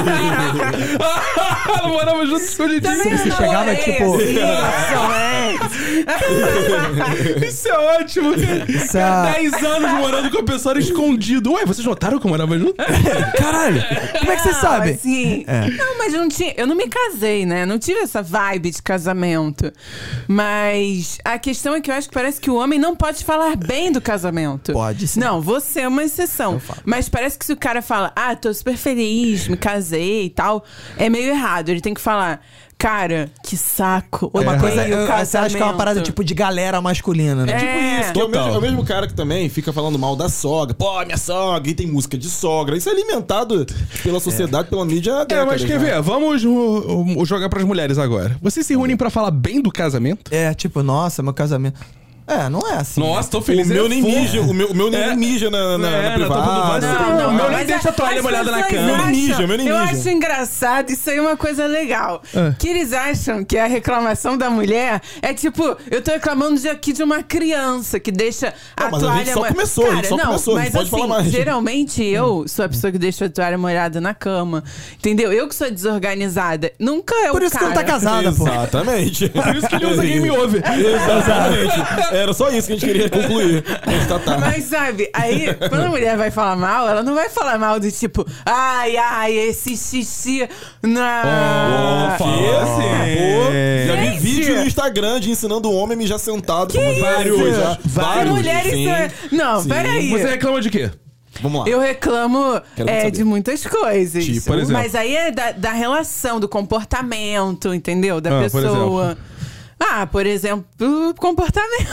Ela morava junto escondidinho. Também Você não chegava, namorei, tipo- assim, oficialmente. Isso é ótimo. Isso é- 10 anos morando com a pessoa escondido. Ué, vocês notaram que eu morava junto? Caralho, como é que você Não, sabe? assim, não, mas eu não me casei, né? Não tive essa vibe de casamento. Mas a questão é que eu acho que parece que o homem não pode falar bem do casamento. Pode sim. Não, você é uma exceção. Mas parece que se o cara fala, tô super feliz, me casei e tal, é meio errado. Ele tem que falar, Cara, que saco. É uma Odeio coisa, você acha que é uma parada casamento. tipo de galera masculina, né? É. Isso, que é o mesmo cara que também fica falando mal da sogra. Pô, minha sogra, e tem música de sogra. Isso é alimentado pela sociedade, pela mídia. Mas quer ver? Vamos jogar pras mulheres agora. Vocês se reúnem pra falar bem do casamento? É, tipo, nossa, meu casamento. Não é assim. Nossa, tô O feliz. meu ele nem for. mija, o meu nem mija na privada. O meu nem mas deixa a toalha as molhada na pessoas cama. acham- Mija, meu nem eu mija. acho engraçado, isso aí é uma coisa legal. Que eles acham que a reclamação da mulher é tipo, eu tô reclamando aqui de uma criança que deixa a mas a toalha gente só molhada. começou, a gente só começou, a gente mas pode falar mais. geralmente eu sou a pessoa que deixa a toalha molhada na cama. Entendeu? Eu que sou desorganizada. Nunca é Por o isso que cara. não tá casada, pô. Exatamente. Por isso que ele usa Game Over. Exatamente. Era só isso que a gente queria concluir. Constatar. Mas sabe, aí, quando a mulher vai falar mal, ela não vai falar mal do tipo, ai, esse xixi na. fala assim. Já vi Gente! vídeo no Instagram de ensinando o homem a mijar sentado. Vários. isso? Vários. Mulheres. Sim. Não, Sim. peraí. Você reclama de quê? Vamos lá. Eu reclamo Quero saber. de muitas coisas. Tipo, por exemplo? Mas aí é da relação, do comportamento, entendeu? Da por pessoa. Por exemplo, comportamento.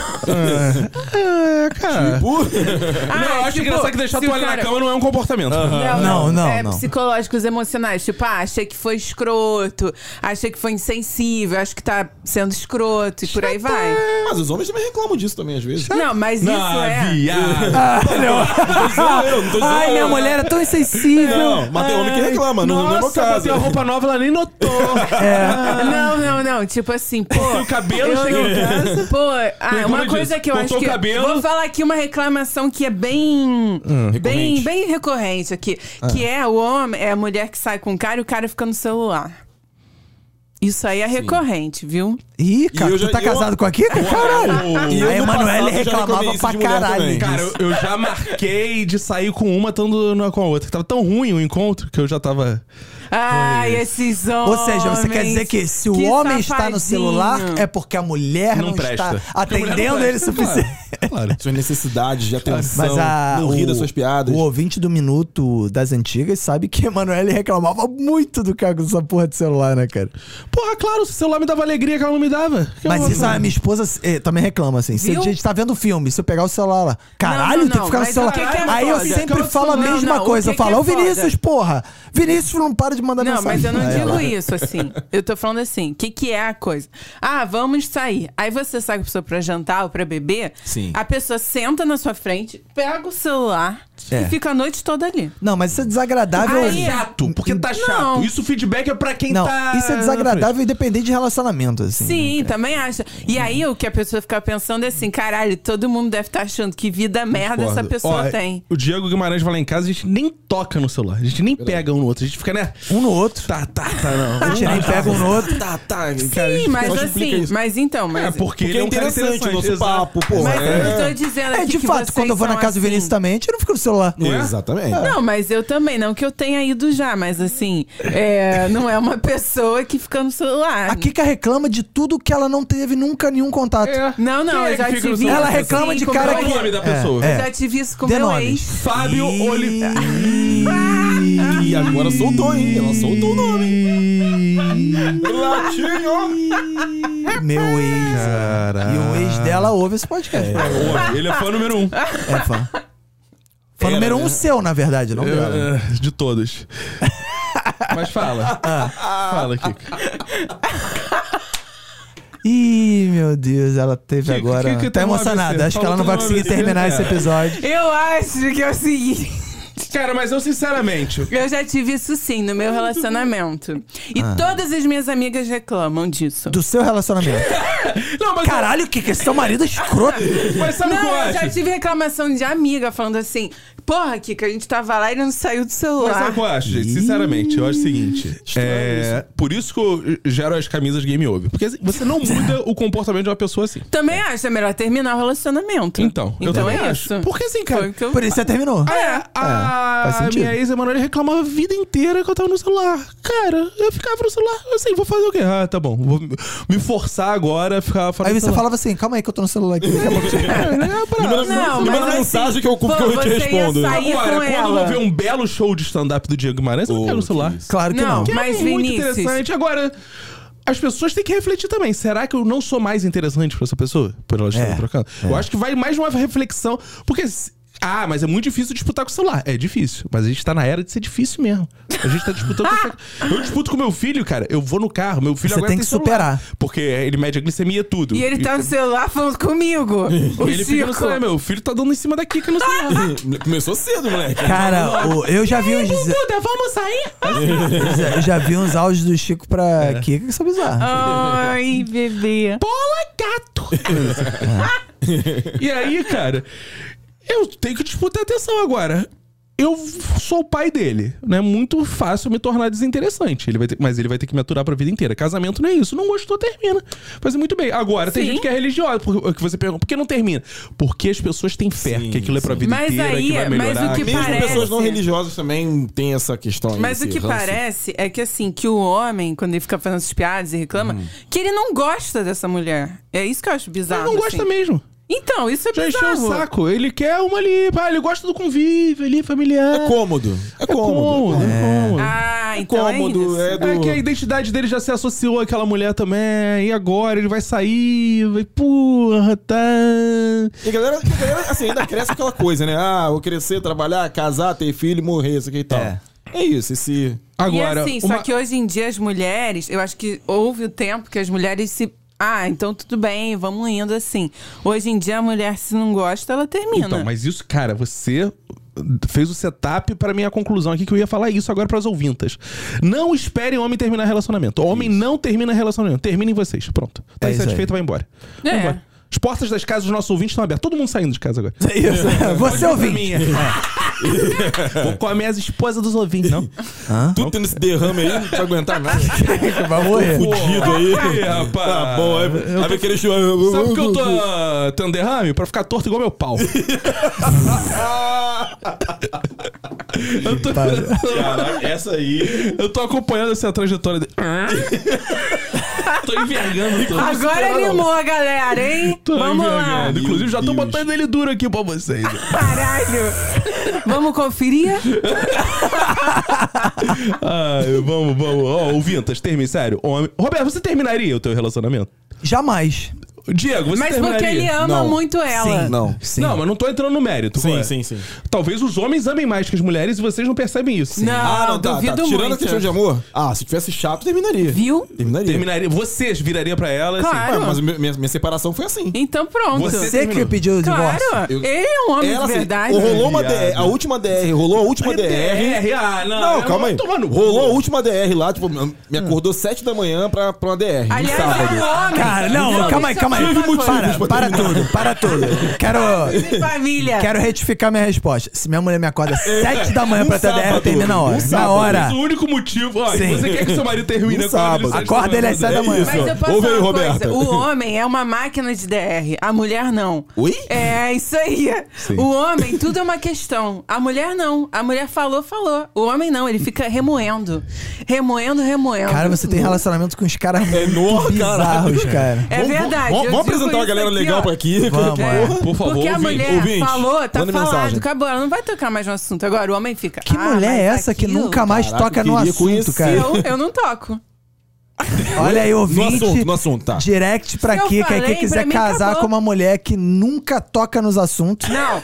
Cara. Tipo, Não, eu acho engraçado que deixar a se o toalha cara- na cama não é um comportamento. Não. Psicológicos, emocionais. Tipo, achei que foi escroto, achei que foi insensível, acho que tá sendo escroto e por aí vai. mas os homens também reclamam disso também, às vezes. Não, mas isso é. viado. Não tô dizendo eu, não tô dizendo Ai, minha eu. mulher é tão insensível. Não, mas tem homem que reclama, no meu Nossa, caso. botei a roupa nova, ela nem notou. Não. Tipo assim, pô. O cabelo chega em casa. Pô, Reclama uma coisa disso. que eu Cortou acho que. o cabelo. Vou falar aqui uma reclamação que é bem Recorrente. recorrente aqui. Que é o homem, é a mulher que sai com o cara e o cara fica no celular. Isso aí é recorrente, viu? Ih, cara, eu tu já- tá eu- casado com a Kika? Caralho. E eu A no Emanuele passado já reclamava reclamei isso pra de mulher caralho. também. Cara, eu já marquei de sair com uma estando com a outra. Tava tão ruim o encontro que eu já tava... Ai, esses homens. Ou seja, você quer dizer que se o homem está no safadinho. celular é porque a mulher não, presta. está Porque a mulher atendendo não ele presta, suficiente. Claro. Suas necessidades de atenção, Mas não rir das suas piadas. O ouvinte do Minuto das Antigas sabe que a Emanuele reclamava muito do cara com essa porra de celular, né, cara? Porra, claro, se o celular me dava alegria que ela não me dava. Que Mas eu- isso a minha esposa também reclama, assim. Se a Viu? gente tá vendo filme, se eu pegar o celular lá, caralho, Não, tem que ficar no mas celular. o que que é Aí eu foda? sempre Não, falo a não, mesma o coisa. Eu que que falo, é ô Vinícius, foda? porra. Vinícius não para de mandar Não, mensagem. mas eu não Aí digo ela- isso assim. Eu tô falando assim, o que é a coisa? Vamos sair. Aí você sai com a pessoa pra jantar ou pra beber. Sim. A pessoa senta na sua frente, pega o celular É. e fica a noite toda ali. Não, mas isso é desagradável. Aí- Chato, porque tá chato. Não. Isso o feedback é pra quem Não, tá... isso é desagradável independente de relacionamento, assim. Sim, também acha. E aí o que a pessoa fica pensando é assim, caralho, todo mundo deve estar achando que vida merda essa Concordo. pessoa Ó, tem. O Diego Guimarães vai lá em casa, a gente nem toca no celular. A gente nem pega um no outro. A gente fica, né? Um no outro. Tá, não. A gente nem pega um no outro. Tá, cara. Sim, mas só explica assim, isso. mas então, mas... É, porque ele Porque é é um cara interessante o nosso exato. papo, pô. Mas eu É. tô dizendo É, aqui de que fato, vocês quando eu vou na são casa do assim. Vinícius também, a gente não fica no celular. Exatamente. Não, mas eu também, não que eu tenha ido já, mas assim, não é uma pessoa que fica no celular. A Kika reclama de tudo que ela não teve nunca nenhum contato. Não, Quem é eu que já fica no tive celular? Ela reclama assim, de com cara Qual meu é o que- nome da pessoa? É. Eu já tive isso com Dê meu nomes. ex. Fábio Oliveira. E agora soltou, hein? Ela soltou o nome. Latinho! Meu ex. Caraca. E o ex dela ouve esse podcast. Ele é fã número 1. É fã. Fã número 1 seu, na verdade, não dela. De todos. Mas fala. Fala, Kika. Ih, meu Deus, ela teve Kika, agora. Kika Tá tem um emocionada. AVC. Acho que ela não vai Falou que conseguir tem um terminar AVC. esse episódio. Eu acho que é o seguinte. Cara, mas eu sinceramente... Eu já tive isso sim no meu relacionamento. E todas as minhas amigas reclamam disso. Do seu relacionamento. Não, mas... Caralho, Kika, esse seu marido é escroto. Mas sabe o que eu Não, eu já acho? tive reclamação de amiga falando assim: porra, Kika, a gente tava lá e não saiu do Mas sabe celular. o que eu acho, gente? Sinceramente, eu acho o seguinte. Por isso que eu gero as camisas Game Over. Porque assim, você não muda o comportamento de uma pessoa assim. Também acho, é melhor terminar o relacionamento. Então, eu também é acho. isso. Porque assim, cara... Foi o que eu- Por isso você terminou. A faz sentido. minha ex-Emanuele reclamava a vida inteira que eu tava no celular. Cara, eu ficava no celular, assim, vou fazer o quê? Ah, tá bom. Vou me forçar agora a ficar fora Aí do você celular. falava assim, calma aí que eu tô no celular aqui. Daqui a pouco você- Não, Me manda mas mensagem assim, que eu pô, te você ia respondo. sair Agora, com quando eu ela. vou ver um belo show de stand-up do Diego Guimarães, eu não quero no celular. Claro que não. Não. Que Mas, é muito Vinícius- interessante. Agora, as pessoas têm que refletir também. Será que eu não sou mais interessante pra essa pessoa? Por elas estarem trocando? Eu acho que vai mais uma reflexão. Porque... mas é muito difícil disputar com o celular. É difícil. Mas a gente tá na era de ser difícil mesmo. A gente tá disputando com Eu disputo com meu filho, cara. Eu vou no carro, meu filho Você agora tem que celular, superar. porque ele mede a glicemia e tudo. E ele tá no celular falando comigo. O Ele fica no Chico. celular. Meu filho tá dando em cima da Kika no celular. Começou cedo, moleque. Cara, eu já vi uns... Duda, vamos sair? Eu já vi uns áudios do Chico pra Kika que são bizarros. Ai, bebê. Bola, gato! E aí, cara, eu tenho que disputar atenção agora. Eu sou o pai dele, né? Muito fácil me tornar desinteressante. Mas ele vai ter que me aturar pra vida inteira. Casamento não é isso. Não gostou, termina. Fazer muito bem. Agora, tem Sim. gente que é religiosa. Que você pergunta, por que não termina? Porque as pessoas têm fé, que aquilo é pra vida Mas inteira, aí, que vai mas melhorar. o que Mesmo parece- pessoas não religiosas também têm essa questão aí. Mas o esse que ranço. parece é que assim, que o homem, quando ele fica fazendo essas piadas e reclama, que ele não gosta dessa mulher. É isso que eu acho bizarro. Ele não gosta assim. mesmo. Então, isso é Já encheu bizarro. o saco. Ele quer uma ali. Ele gosta do convívio ali, familiar. É cômodo. É cômodo. É cômodo. Ah, então Cômodo, é isso. do... É que a identidade dele já se associou àquela mulher também. E agora ele vai sair, vai, porra, tá. E a galera, assim, ainda cresce aquela coisa, né? Vou crescer, trabalhar, casar, ter filho, morrer, isso aqui e tal. É isso, esse... Agora, e assim, só que hoje em dia as mulheres, eu acho que houve o tempo que as mulheres se... então tudo bem, vamos indo assim. Hoje em dia a mulher, se não gosta, ela termina. Então, mas isso, cara, você fez o setup para minha conclusão aqui, que eu ia falar isso agora pras ouvintas. Não esperem homem terminar relacionamento. O homem não termina relacionamento. Terminem vocês. Pronto. Tá É isso insatisfeito, aí. vai embora. É. Vai embora. As portas das casas dos nossos ouvintes estão abertas. Todo mundo saindo de casa agora. É isso. Você ouvinte. Minha. Vou comer as esposas dos ouvintes, não? Tudo tendo esse derrame aí, não vai aguentar nada. Vai morrer. Fudido aí. Rapaz. Tá bom, aí vai querer chorar. Sabe por que eu tô tendo derrame? Pra ficar torto igual meu pau. Eu tô... Caraca, essa aí... Eu tô acompanhando essa trajetória dele. Tô envergando tudo. Agora animou a galera, hein? Tô Vamos lá. envergando. Inclusive, já tô Deus. botando ele duro aqui pra vocês. Caralho. Vamos conferir? Vamos. Ó, ouvintas, termine, sério. Homem... Roberto, você terminaria o teu relacionamento? Jamais. Diego, você Mas terminaria? porque ele ama Não. muito ela. Sim. Não. Sim. Não, mas não tô entrando no mérito. Sim, qual é? sim. Talvez os homens amem mais que as mulheres e vocês não percebem isso. Não, duvido Tirando muito. a questão de amor, se tivesse chato, terminaria. Viu? Terminaria. Terminaria. Vocês viraria pra ela Claro. assim. Mas minha separação foi assim. Então pronto. Você- Você que pediu o Claro. divórcio. Ele é um homem Ela, de assim, verdade. rolou uma Viado. DR, a última DR, rolou a última DR. Não, calma aí. Rolou a última DR lá, tipo, me acordou 7 da manhã pra uma DR. Aliás, no sábado. é um homem. Cara, não, calma aí. Para tudo. Quero retificar minha resposta. Se minha mulher me acorda 7 da manhã pra ter DR, sábado. termina na hora. Um Na sábado. hora. Mas o único motivo... Ó, Sim. você quer que seu marido termine No agora, sábado. Acorda ele às 7 da manhã. isso. Mas eu posso Ouve aí, falar uma Roberta. coisa. O homem é uma máquina de DR. A mulher não. Oi? É, isso aí. Sim. O homem, tudo é uma questão. A mulher não. A mulher falou. O homem não. Ele fica remoendo. Remoendo. Cara, você tem relacionamento com uns caras muito nossa, bizarros, cara. É verdade. eu Vamos digo apresentar uma isso galera aqui, legal ó. pra aqui. Vamos, Por favor, Porque a mulher ouvinte, falou, tá manda falado, mensagem. acabou. Ela não vai tocar mais no assunto. Agora o homem fica. Que mulher mas é essa que aquilo- nunca mais Caraca, toca eu no queria assunto, conhecer. cara? Eu não toco. Olha aí, ouvinte. No assunto, tá. Direct pra Se eu Kika, falei, quem quiser pra mim casar acabou. com uma mulher que nunca toca nos assuntos. Não,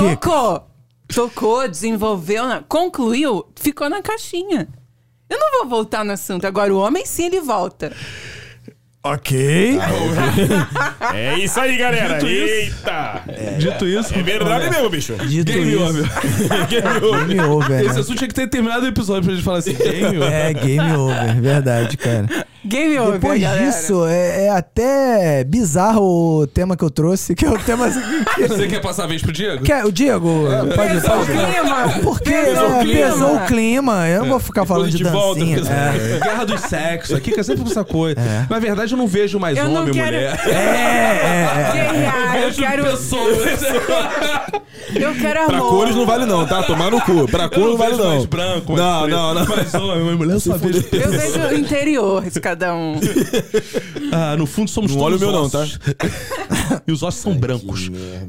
tocou, desenvolveu, concluiu, ficou na caixinha. Eu não vou voltar no assunto. Agora o homem sim, ele volta. Ok. É isso aí, galera. Dito isso. Eita! Dito isso... É verdade mesmo, bicho. Dito Game isso. over. Game over, Esse né? assunto tinha que ter terminado o episódio pra gente falar assim, game over. É, game over, verdade, cara. Game over, Depois galera. disso, é até bizarro o tema que eu trouxe, que é o tema que... Você quer passar a vez pro Diego? O Diego, pode Pesou o falar. clima. Porque Pesou o clima. pesou o clima. Eu não vou ficar falando Depois de a gente volta, dancinha. pessoal. É. Guerra dos sexos. Aqui que é sempre essa coisa. Na verdade, eu não vejo mais Eu não homem e quero- mulher. Guerrear, eu vejo quero, pessoas. eu quero amor. Pra cores não vale não, tá? Tomar no cu. Pra Eu cor não não vale vejo não. mais branco, mais Não, preto. não, não. Mais homem, mais mulher, eu só vejo Eu pessoas. vejo o interior de cada um. No fundo somos Não todos olha o meu não, ossos. E os ossos são brancos.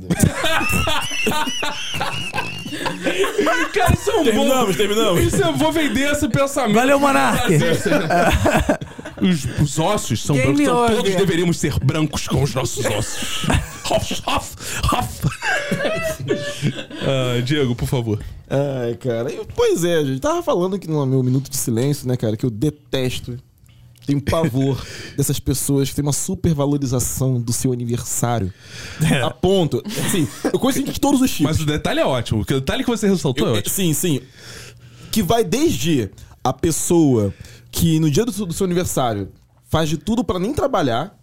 Cara, isso é um bom... Terminamos. Isso eu vou vender esse pensamento. Valeu, Monark. Os ossos são Game brancos, então over. todos deveríamos ser brancos com os nossos ossos. Diego, por favor. Ai, cara. Pois é, gente. Tava falando que no meu minuto de silêncio, né, cara, que eu detesto, tenho pavor dessas pessoas que têm uma supervalorização do seu aniversário. A ponto. Assim, eu conheço gente de todos os tipos. Mas o detalhe é ótimo. O detalhe que você ressaltou é ótimo. Sim. Que vai desde a pessoa que no dia do seu aniversário faz de tudo pra nem trabalhar.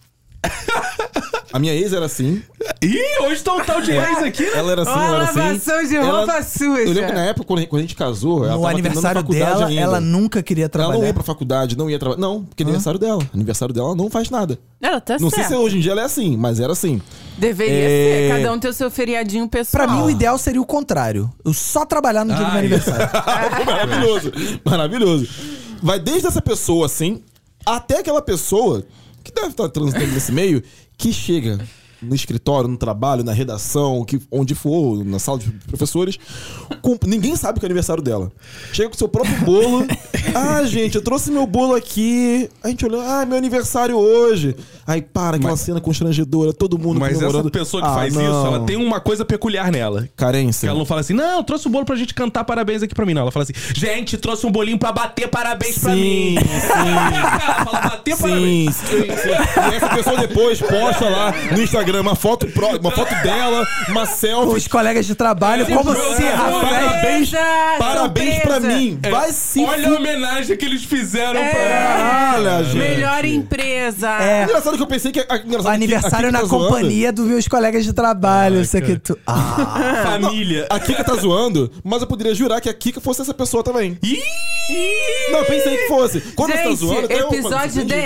A minha ex era assim. Ih, hoje tá um tal de ex aqui, né? Ela era assim, Ó, ela era assim. lavação de roupa suja. Eu lembro que na época, quando a gente casou, ela No tava aniversário terminando faculdade dela, ainda. ela nunca queria Ela trabalhar. não ia pra faculdade, não ia trabalhar. Não, porque é aniversário dela. Aniversário dela não faz nada. Ela tá Não certo. sei se hoje em dia ela é assim, mas era assim. Deveria ser. Cada um ter o seu feriadinho pessoal. Pra mim, o ideal seria o contrário. Eu só trabalhar no dia do meu aniversário. Maravilhoso. Maravilhoso. Vai desde essa pessoa assim, até aquela pessoa que deve estar transitando nesse meio, que chega no escritório, no trabalho, na redação, onde for, na sala de professores, ninguém sabe que é aniversário dela. Chega com seu próprio bolo. Ah, gente, eu trouxe meu bolo aqui. A gente olhou, meu aniversário hoje. Aí para aquela cena constrangedora, todo mundo Mas comemorando. essa pessoa que faz não. isso, ela tem uma coisa peculiar nela. Carência. Que ela não fala assim, não, trouxe um bolo pra gente cantar parabéns aqui pra mim. Não, ela fala assim, gente, trouxe um bolinho pra bater parabéns pra mim. Ela fala, bater parabéns. Sim. E essa pessoa depois posta lá no Instagram uma foto dela, uma selfie. Os colegas de trabalho, como se, rapaz. Parabéns pra mim. Vai se Olha a homenagem que eles fizeram pra Olha, gente. Melhor empresa. Engraçado que eu pensei que... Aniversário na companhia dos meus colegas de trabalho. Isso aqui tu... família. A Kika tá zoando, mas eu poderia jurar que a Kika fosse essa pessoa também. Ih! Não, eu pensei que fosse. Quando você tá Gente, zoando... até eu- episódio entendi.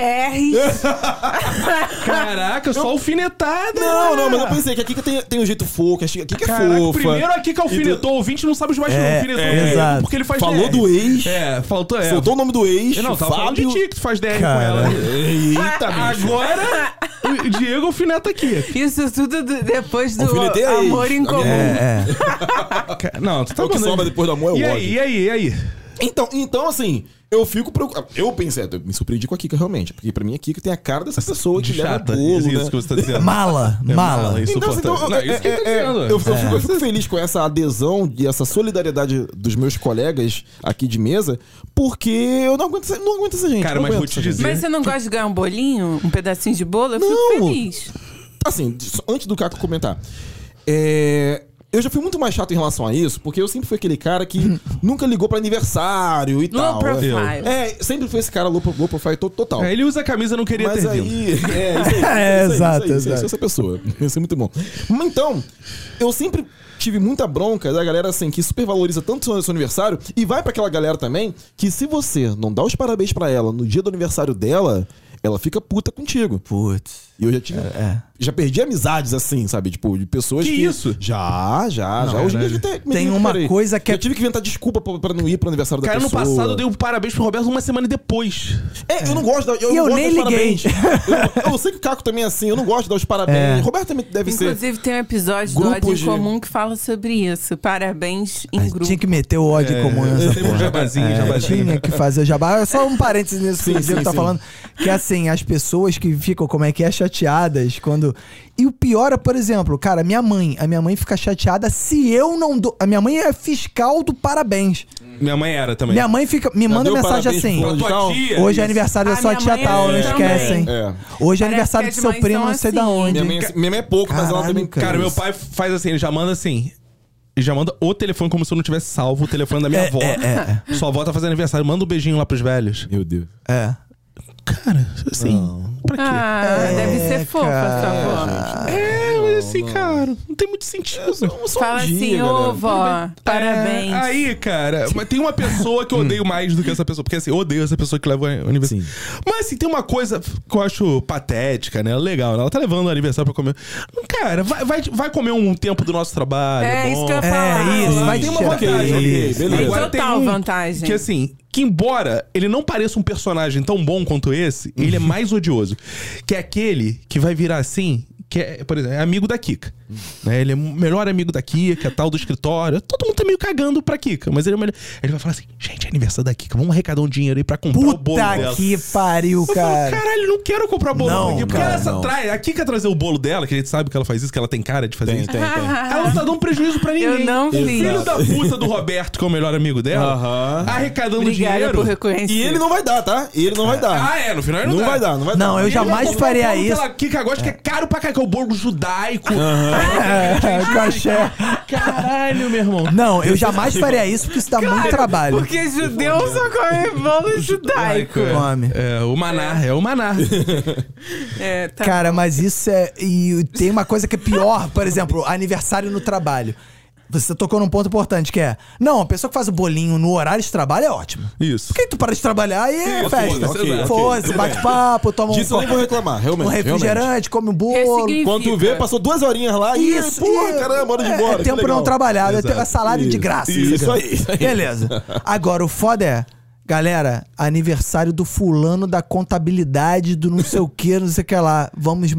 DR. Caraca, só alfinetada. Não, mas eu pensei que a Kika tem um jeito fofo, que a Kika é Caraca, fofa. primeiro aqui que alfinetou, o ouvinte não sabe os mais alfinetou. exato. Porque ele faz Falou DR. do ex. Faltou Soltou o nome do ex. Não, tava falando de Fábio. ti que tu faz DR Cara. com ela. Eita, bicho. Agora, o Diego alfineta aqui. Isso tudo depois do Alfinetei a ex. amor em comum. Não, tu tá O que mandando- sobra depois do amor é o E ódio. aí, e aí? Então, assim, eu fico preocupado. Eu pensei, eu me surpreendi com a Kika realmente. Porque pra mim a Kika tem a cara dessa pessoa que De leva chata. bolo, Isso né? que você tá dizendo. Mala. insuportável. Não, isso que eu tô dizendo. eu fico feliz com essa adesão e essa solidariedade dos meus colegas aqui de mesa, porque eu não aguento essa gente. Cara, não mas aguento vou te essa gente. dizer- Mas você não gosta de ganhar um bolinho? Um pedacinho de bolo? Eu fico Não. feliz. Assim, antes do Caco comentar, eu já fui muito mais chato em relação a isso, porque eu sempre fui aquele cara que nunca ligou pra aniversário e Low tal. profile. Sempre foi esse cara low profile total. Ele usa a camisa, não queria Mas ter aí, vindo. isso aí. Exato. Essa pessoa. Isso é muito bom. Então, eu sempre tive muita bronca da galera assim, que supervaloriza tanto o seu aniversário, e vai pra aquela galera também, que se você não dá os parabéns pra ela no dia do aniversário dela, ela fica puta contigo. Putz. E eu já tive. Já perdi amizades assim, sabe? Tipo, de pessoas que. Que isso? Já. Hoje em dia até Tem uma coisa que é- Eu tive que inventar desculpa pra não ir pro aniversário Cara, da no pessoa. passado eu dei um parabéns pro Roberto uma semana depois. Eu não gosto E eu não gosto nem dos liguei. parabéns. Eu sei que o Caco também é assim, eu não gosto de dar os parabéns. Roberto também deve ser. Inclusive, tem um episódio do Grupos Ódio em de- Comum que fala sobre isso. Parabéns em grupo. Tinha que meter o ódio em comum nessa Sempre um porra. jabazinho. Tinha que fazer o jabá. Só um parênteses nisso que o Diego tá sim. falando. Que assim, as pessoas que ficam, chateadas quando... E o pior é, por exemplo, cara, a minha mãe fica chateada se eu não dou... A minha mãe é fiscal do parabéns. Minha mãe era também. Minha mãe me manda deu mensagem parabéns assim... pro fulano de tal? tia. Hoje é isso. aniversário da A sua minha tia mãe tal, não também. esquece, hein? É. Hoje é Parece aniversário que do as seu mães primo, são não sei da assim. onde. Minha mãe é pouco, mas ela Caralho, também. cara. Cara, meu pai faz assim, ele já manda assim. Ele já manda o telefone como se eu não tivesse salvo o telefone da minha avó. Sua avó tá fazendo aniversário, manda um beijinho lá pros velhos. Meu Deus. É. Cara, assim. Pra quê? Deve ser fofa essa avó. Mas assim, cara, não tem muito sentido. Fala assim, ô vó, parabéns. Aí, cara, mas tem uma pessoa que eu odeio mais do que essa pessoa. Porque assim, eu odeio essa pessoa que leva o aniversário. Sim. Mas assim, tem uma coisa que eu acho patética, né? Legal, né? Ela tá levando o aniversário pra comer. Cara, vai comer um tempo do nosso trabalho. É bom. isso que eu ia falar. isso, vai Tem uma tirar. vantagem. Ok, beleza. Agora Total tem vantagem. Que assim, que embora ele não pareça um personagem tão bom quanto esse, ele é mais odioso. Que é aquele que vai virar assim, que é, por exemplo, é amigo da Kika. Né? Ele é o melhor amigo da Kika, tal do escritório. Todo mundo tá meio cagando pra Kika, mas ele é o melhor. Ele vai falar assim, gente, é aniversário da Kika, vamos arrecadar um dinheiro aí pra comprar o bolo dela. Puta que pariu, Eu falo, cara. caralho, não quero comprar o bolo Não, da Kika. Porque cara, essa não. a Kika trazer o bolo dela, que a gente sabe que ela faz isso, que ela tem cara de fazer isso. Tem. Ela não tá dando prejuízo pra ninguém. Eu não O vi. filho da puta do Roberto, que é o melhor amigo dela, Aham. arrecadando Obrigada dinheiro. por reconhecer. E ele não vai dar, tá? Ele não vai dar. Ah, é, no final ele Não dá. vai dar, não vai dar. Não, eu jamais Ele vai faria comprar o bolo isso. que ela- Kika gosta, que é caro pra caralho, que é o bolo judaico. Caché. Caralho, meu irmão. Não, eu jamais faria isso porque isso dá muito trabalho. Porque judeu só come bolo judaico. Come. É o maná, é o maná. É, tá. Cara, mas isso é. E tem uma coisa que é pior, por exemplo, aniversário no trabalho. Você tocou num ponto importante que é. Não, a pessoa que faz o bolinho no horário de trabalho é ótimo. Isso. Por que tu para de trabalhar e é festa? foda-se, Foda-se, tudo bate bem. papo, toma Disso eu nem vou reclamar, realmente. um refrigerante, come um bolo. Ressignifica. Quando tu vê, passou 2 horinhas lá e, porra, e- caramba, hora de ir embora. É que tempo legal. não trabalhado, Exato. é salário de Isso. graça. Isso aí, isso aí. Beleza. Agora, o foda é, galera, aniversário do fulano da contabilidade, do não sei o que, não sei o que lá. Vamos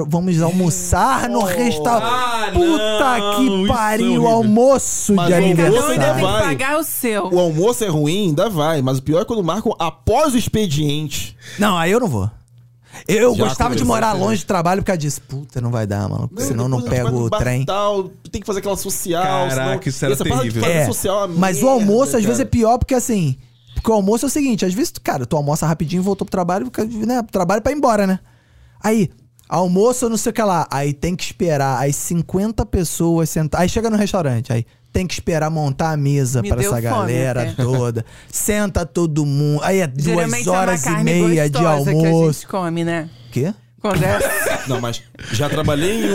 almoçar no restaurante. Ah, Puta não, que isso é pariu, horrível. almoço Mas de o almoço Cada um ainda ainda tem que vai. pagar o seu. O almoço é ruim, ainda vai, mas o pior é quando marcam após o expediente. Não, aí eu não vou. Eu Já gostava de aconteceu, morar né? longe do trabalho por causa disso. Puta, não vai dar, mano. Senão não depois a gente pego vai o no bar trem. Tal, tem que fazer aquela social. Caraca, senão... isso era essa parada de terrível. fazer É, social é uma mas o merda, almoço às vezes é cara. pior porque assim. Porque o almoço é o seguinte: às vezes, cara, tu almoça rapidinho, voltou pro trabalho, né? Trabalho pra ir embora, né? Aí, almoço, não sei o que lá. Aí tem que esperar as 50 pessoas sentar. Aí chega no restaurante, aí tem que esperar montar a mesa Me pra deu essa fome galera até. toda. Senta todo mundo. Aí é 2 Geralmente horas é uma e carne meia de gostosa que a almoço. gente come, né? Quê? Quando é... Não, mas já trabalhei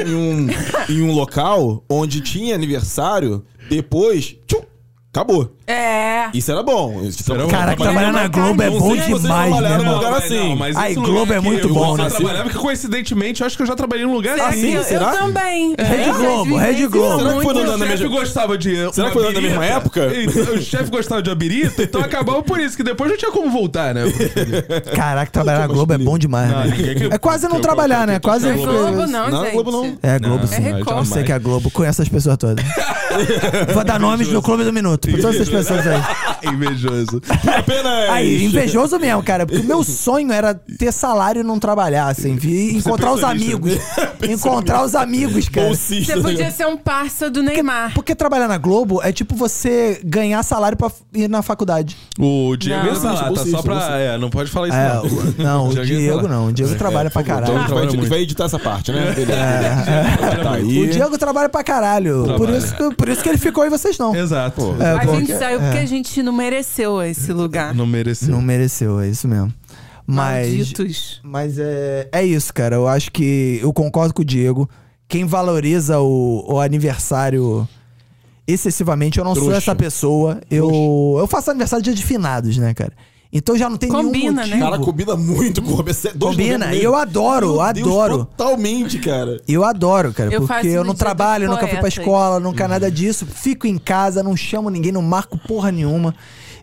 em um local onde tinha aniversário, depois, tchum, acabou. É. Isso era bom. Caraca, trabalhar na Globo é Não bom sei se vocês demais, trabalharam né, num mano? lugar assim. Ai, esse Globo lugar é que muito eu bom, né? trabalhava, que coincidentemente, eu acho que eu já trabalhei num lugar Sério, assim. eu será? também. Rede Globo, Rede Globo. Será que foi Muito- na O chefe mesma- gostava de. Será que foi na mesma época? Então, o chefe gostava de abirita, então acabava por isso, que depois não tinha como voltar, né? Caraca, trabalhar na Globo é bom demais, Não, né? ninguém que- É quase não que- trabalhar, né? Quase. Não é Globo, não, Não, gente. Globo não. É Globo, Não, sim. é Record. Eu sei que é a Globo. Conheço as pessoas todas. Vou dar nomes no Clube do Minuto pra todas essas pessoas aí. Invejoso. Apenas. Aí, invejoso mesmo, cara. Porque o meu sonho era ter salário e não trabalhar, assim. Encontrar os pensionista, amigos. Encontrar os amigos, cara. Bolsista. Você podia ser um parça do Neymar. Porque trabalhar na Globo é tipo você ganhar salário pra ir na faculdade. O Diego Não. ia falar, tá Bolsista, só pra. bolsista. É, não pode falar isso, É, não. não, o Diego ia Diego falar. não. O Diego trabalha pra Então caralho. a trabalha gente muito. vai editar essa parte, né? Beleza. Tá aí. O Diego trabalha pra caralho. Por isso que ele ficou e vocês não. Exato. É, A gente porque- saiu porque a gente não mereceu esse lugar. Não mereceu. Não mereceu, é isso mesmo. Mas. Malditos. Mas é isso, cara. Eu acho que eu concordo com o Diego. Quem valoriza o aniversário excessivamente, eu não sou Trouxa. essa pessoa. Eu faço aniversário dia de finados, né, cara? Então já não tem Combina, nenhum né? motivo. Cara, combina muito com o ABC. Combina, e eu adoro, Meu Deus, adoro. Totalmente, cara. Eu adoro, cara, Eu faço porque eu no não dia trabalho, dos nunca fui pra poetas. escola, nunca nada disso. Fico em casa, não chamo ninguém, não marco porra nenhuma.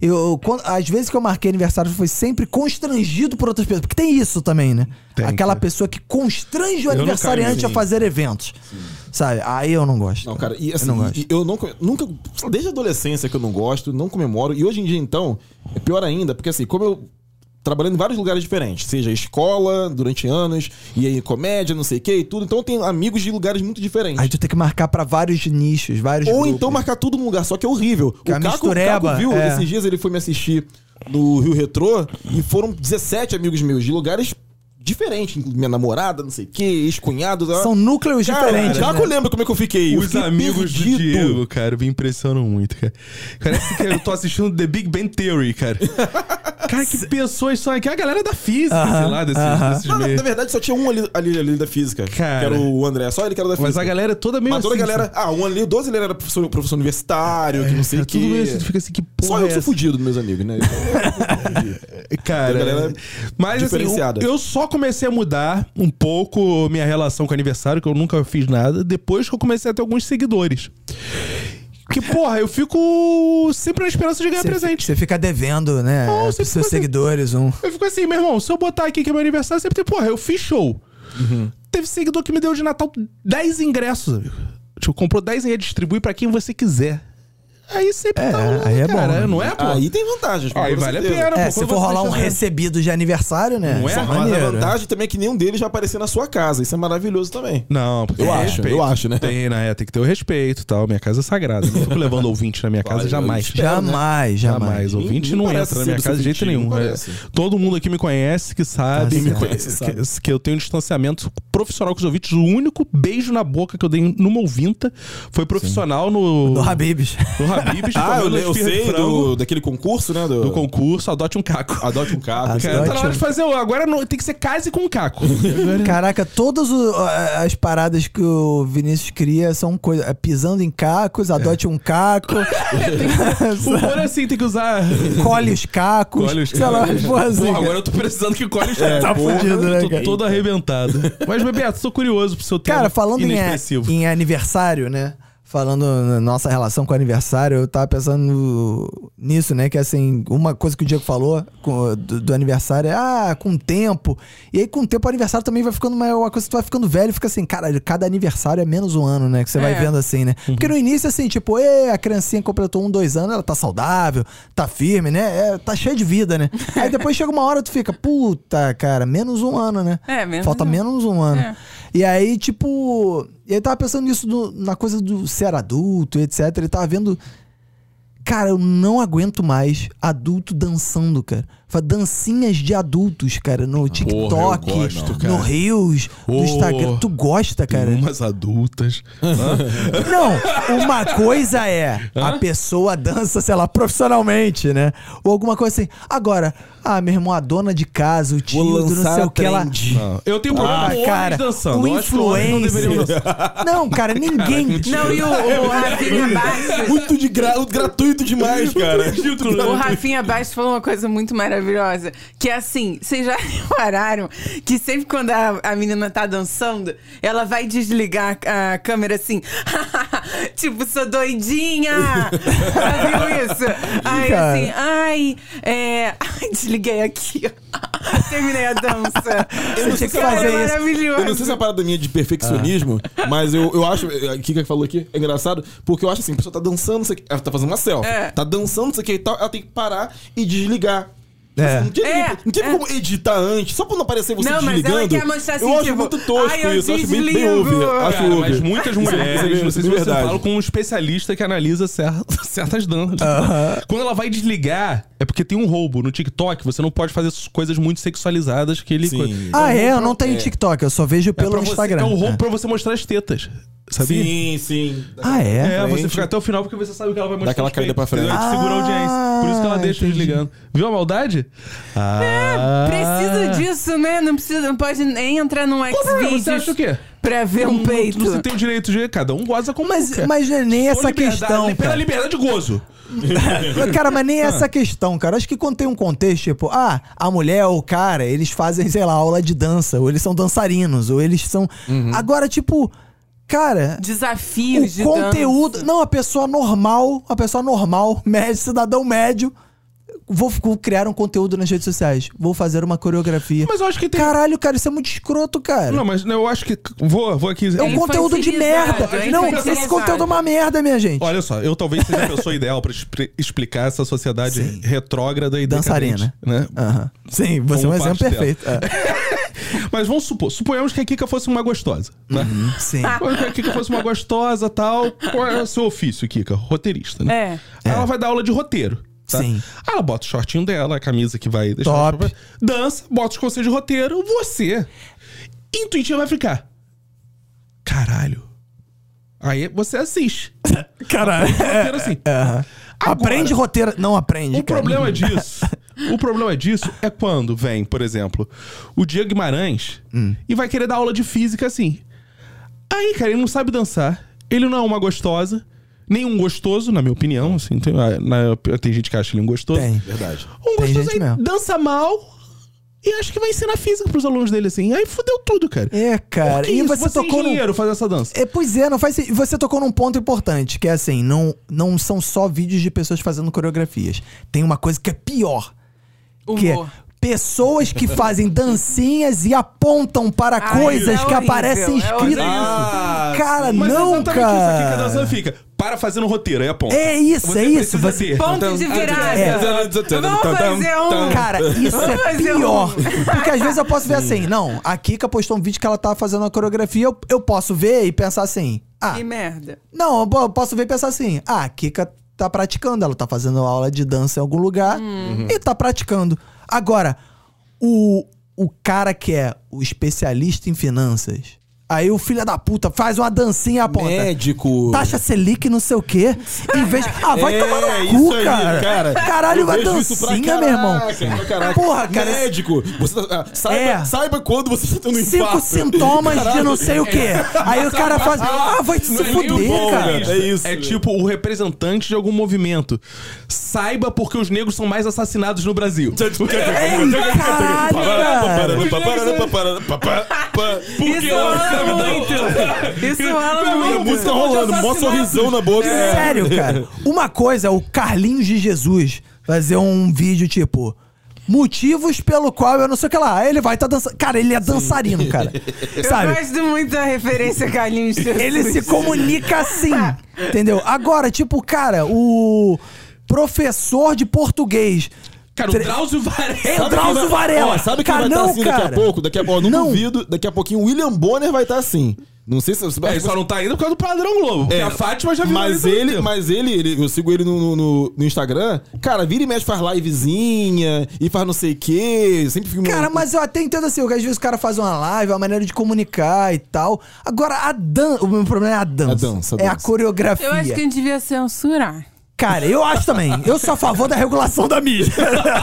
Às vezes que eu marquei aniversário foi sempre constrangido por outras pessoas. Porque tem isso também, né? Tem, Aquela cara. pessoa que constrange o Eu não aniversariante caio, a sim. fazer eventos. Sabe? Aí eu não gosto. Não, cara, e assim, não gosto. eu nunca. Desde a adolescência que eu não gosto, não comemoro. E hoje em dia, então, é pior ainda, porque assim, como eu. Trabalhando em vários lugares diferentes, seja escola, durante anos, e aí comédia, não sei o que e tudo. Então eu tenho amigos de lugares muito diferentes. Aí tu tem que marcar pra vários nichos, vários Ou grupos. então marcar tudo num lugar, só que é horrível. Que a o Caco mistureba, viu, é. esses dias ele foi me assistir no Rio Retrô e foram 17 amigos meus de lugares diferentes. Minha namorada, não sei o que, ex-cunhado. São núcleos diferentes. Caco né? lembra como é que eu fiquei. Eu Os fiquei amigos do perdido. Diego, cara, me impressionam muito, cara. Parece que eu tô assistindo The Big Bang Theory, cara. Cara, que pessoas são aqui. A galera da física, sei lá, desses Não, meios. na verdade, só tinha um ali da física. Cara. Que era o André. Só ele que era da física. Mas a galera é toda meio Mas toda a assim, galera... um ali, 12 ele era professor universitário, que não sei o é tudo meio assim, quê. tu fica assim, que porra Só eu é que sou essa? fudido dos meus amigos, né? Cara, A galera mas assim, diferenciada. eu só comecei a mudar um pouco minha relação com aniversário, que eu nunca fiz nada, depois que eu comecei a ter alguns seguidores. Que, porra, eu fico sempre na esperança de ganhar presente. Você fica devendo, né? Não, Pros você seus fica- seguidores. Eu fico assim, meu irmão, se eu botar aqui que é meu aniversário, sempre tem, porra, eu fiz show. Teve seguidor que me deu de Natal 10 ingressos, amigo. Tipo, comprou 10 e ia distribuir pra quem você quiser. Aí sempre tá rolando, aí é cara. bom, né? Não é, pô? Aí tem vantagens. Aí vale a pena, pô. Se Quando for você rolar um deixa- recebido de aniversário, né? Não é? Isso Mas a maneiro. vantagem também é que nenhum deles vai aparecer na sua casa. Isso é maravilhoso também. Não, porque Eu tem acho, respeito. eu acho, né? Tem, né? Tem que ter o respeito e tal. Minha casa é sagrada. Não fico levando ouvinte na minha casa, Olha, jamais. eu espero, Jamais. Jamais. Ouvinte Nem não parece entra na ser minha do casa de seu jeito feitio, nenhum. não É, parece. todo mundo aqui me conhece, que sabe, Tá me certo. conhece, que eu tenho um distanciamento profissional com os ouvintes. O único beijo na boca que eu dei numa ouvinta foi profissional no... Do Habibs. No Habib's. Eu sei daquele concurso, né? Do concurso, adote um caco. Adote um caco. Cara, tá na hora Ótimo. de fazer. Agora tem que ser case com um caco. Caraca, todas as paradas que o Vinícius cria são coisas. Pisando em cacos, adote um caco, O humor é assim, tem que usar. colhe os cacos. Colhe os sei lá, cacos. porra assim. Porra, agora eu tô precisando que colhe os cacos. tá Porra, fudido, né, eu tô cara? todo arrebentado. Mas, Bebeto, tô curioso pro seu tema Cara, falando inexpressivo. em aniversário, né? Falando na nossa relação com o aniversário, eu tava pensando nisso, né? Que assim, uma coisa que o Diego falou do aniversário é, com o tempo. E aí, com o tempo, o aniversário também vai ficando uma coisa que tu vai ficando velho e fica assim, cara, cada aniversário é menos um ano, né? Que você vai vendo assim, né? Porque no início, assim, tipo, a criancinha completou 2 anos, ela tá saudável, tá firme, né? Tá cheia de vida, né? Aí depois chega uma hora, tu fica, puta, cara, menos um ano, né? Menos Falta um. menos um ano. É. E aí, tipo... E aí tava pensando nisso na coisa do ser adulto e etc. Ele tava vendo... Cara, eu não aguento mais adulto dançando, cara. Dancinhas de adultos, cara, no TikTok, eu gosto, cara. no Reels, no Oh, Instagram. Tu gosta, cara? Umas adultas. Não, uma coisa é a pessoa dança, sei lá, profissionalmente, né? Ou alguma coisa assim. Agora, meu irmão, a dona de casa, o tio, Vou do não lançar sei a o que ela... trend. Não. Eu tenho problema com cara, homens dançando. o Eu acho que homens não deveriam influencer. dançar. Não, cara, ninguém... Não, e o Rafinha Bastos. Muito gratuito demais, cara. O Rafinha Bastos falou uma coisa muito maravilhosa. Que é assim, vocês já repararam que sempre quando a menina tá dançando, ela vai desligar a câmera assim. Tipo, sou doidinha! Já viu isso? Aí Cara. assim, ai, desliguei aqui. Terminei a dança. Eu não sei se Cara, é é maravilhoso. Eu não sei se é a parada minha de perfeccionismo, mas eu acho. O Kika falou aqui, é engraçado, porque eu acho assim, a pessoa tá dançando, não sei o que, ela tá fazendo uma selfie, tá dançando, não sei o que e tal, ela tem que parar e desligar. Não teve como editar antes, só pra não aparecer você Não, mas desligando. ela quer mostrar assim, eu acho tipo, muito tosco ai, eu isso, eu acho bem desligo. over. Acho Cara, over. mas muitas mulheres, Isso é não sei se você verdade. fala com um especialista que analisa certas danças. Quando ela vai desligar, é porque tem um roubo. No TikTok, você não pode fazer coisas muito sexualizadas que ele... Sim. eu não tenho TikTok, eu só vejo pelo Instagram. É um roubo pra você mostrar as tetas. Sabia? Sim. Você fica até o final porque você sabe que ela vai mostrar. Dá aquela os caída peitos, pra frente. entendeu? Te segura a audiência. Por isso que ela deixa entendi. desligando. Viu a maldade? Precisa disso, né? Não pode nem entrar num Você acha o Xvideos quê? pra ver um peito. Você tem o direito de... Cada um goza como quer. Mas não é nem Sou essa liberdade, questão, Pela cara. liberdade de gozo. Cara, mas nem essa questão, cara. Acho que quando tem um contexto, tipo, a mulher ou o cara, eles fazem, sei lá, aula de dança, ou eles são dançarinos, ou eles são... Agora, tipo, cara... Desafios de O conteúdo... dança. Não, a pessoa normal, médio, cidadão médio... Vou criar um conteúdo nas redes sociais. Vou fazer uma coreografia. Mas eu acho que tem... Caralho, cara, isso é muito escroto, cara. Não, mas eu acho que... Vou aqui... É um conteúdo de merda. Não, esse conteúdo é uma merda, minha gente. Olha só, eu talvez seja a pessoa ideal pra explicar essa sociedade retrógrada e Dançarina. decadente, né? Aham. Sim, você é um Como exemplo parte perfeito. Mas vamos suponhamos que a Kika fosse uma gostosa, né? Sim. Suponhamos que a Kika fosse uma gostosa, tal. Qual é o seu ofício, Kika? Roteirista, né? Ela vai dar aula de roteiro. Tá? Sim. Ela bota o shortinho dela, a camisa que vai deixar... Top. Dança, bota os conselhos de roteiro. Você, intuitivo, vai ficar... Caralho. Aí você assiste. Caralho. Roteiro assim. Agora, Aprende roteiro. Não aprende, O cara. problema disso é quando vem, por exemplo, o Diego Guimarães e vai querer dar aula de física assim. Aí, cara, ele não sabe dançar. Ele não é uma gostosa. Nem um gostoso, na minha opinião. Assim, tem gente que acha ele um gostoso. Tem. Verdade. Um Tem gostoso gente aí mesmo. dança mal e acha que vai ensinar física pros alunos dele assim. Aí fudeu tudo, cara. Cara. Por que E isso? você é tocou num... engenheiro fazer essa dança. Pois é, não faz sentido. Você tocou num ponto importante, que é assim, não são só vídeos de pessoas fazendo coreografias. Tem uma coisa que é pior. Que é Humor. pessoas que fazem dancinhas e apontam para coisas é que horrível, aparecem é escritas. Ah, Cara, mas não, exatamente isso aqui que a cara. dança fica. Para fazendo roteiro, aí aponta. É isso, Você é isso. precisa Você... ter. Ponto de virada. É. Vamos fazer um. Cara, isso Vamos é fazer pior. Porque às vezes eu posso ver assim, não, a Kika postou um vídeo que ela tá fazendo uma coreografia, eu posso ver e pensar assim, Que merda. não, eu posso ver e pensar assim, a Kika tá praticando, ela tá fazendo aula de dança em algum lugar e tá praticando. Agora, o cara que é o especialista em finanças, aí o filho da puta faz uma dancinha e aponta. Médico. Taxa Selic, não sei o quê. Em vez. Vai tomar no isso cu, aí, cara. Caralho, Eu uma vejo isso pra dancinha, meu irmão. pra caraca. Porra, cara. Médico. Você saiba quando você tá tendo um 5 infarto. sintomas de não sei o quê. Aí o cara faz. Vai se Não é nem fuder, bom, cara. É isso. É tipo o representante de algum movimento. Saiba porque os negros são mais assassinados no Brasil. Caralho, cara. Isso rola muito. Isso rola A muito. música rolando, mó sorrisão na boca. Sério, cara. Uma coisa é o Carlinhos de Jesus fazer um vídeo tipo. Motivos pelo qual eu não sei o que lá. Aí ele vai estar dançando. Cara, ele é dançarino, cara. Eu Sabe? gosto muito da referência Carlinhos de Jesus. Ele se comunica assim. Entendeu? Agora, tipo, cara, o professor de português. Cara, o Drauzio Varela. É o Drauzio Varela. Sabe quem Cara, vai estar não, assim daqui cara. a pouco? Daqui a pouco, não Não. duvido. Daqui a pouquinho o William Bonner vai estar assim. Não sei se... Ele só não tá indo por causa do Padrão Globo. Porque a Fátima já viu Mas ele, eu sigo ele no Instagram. Cara, vira e mexe, faz livezinha e faz não sei o quê. Sempre fica. Cara, mas eu até entendo assim, às vezes o cara faz uma live, é uma maneira de comunicar e tal. Agora, o meu problema é a dança. A É a dança. coreografia. Eu acho que a gente devia censurar. Cara, eu acho também. Eu sou a favor da regulação da mídia.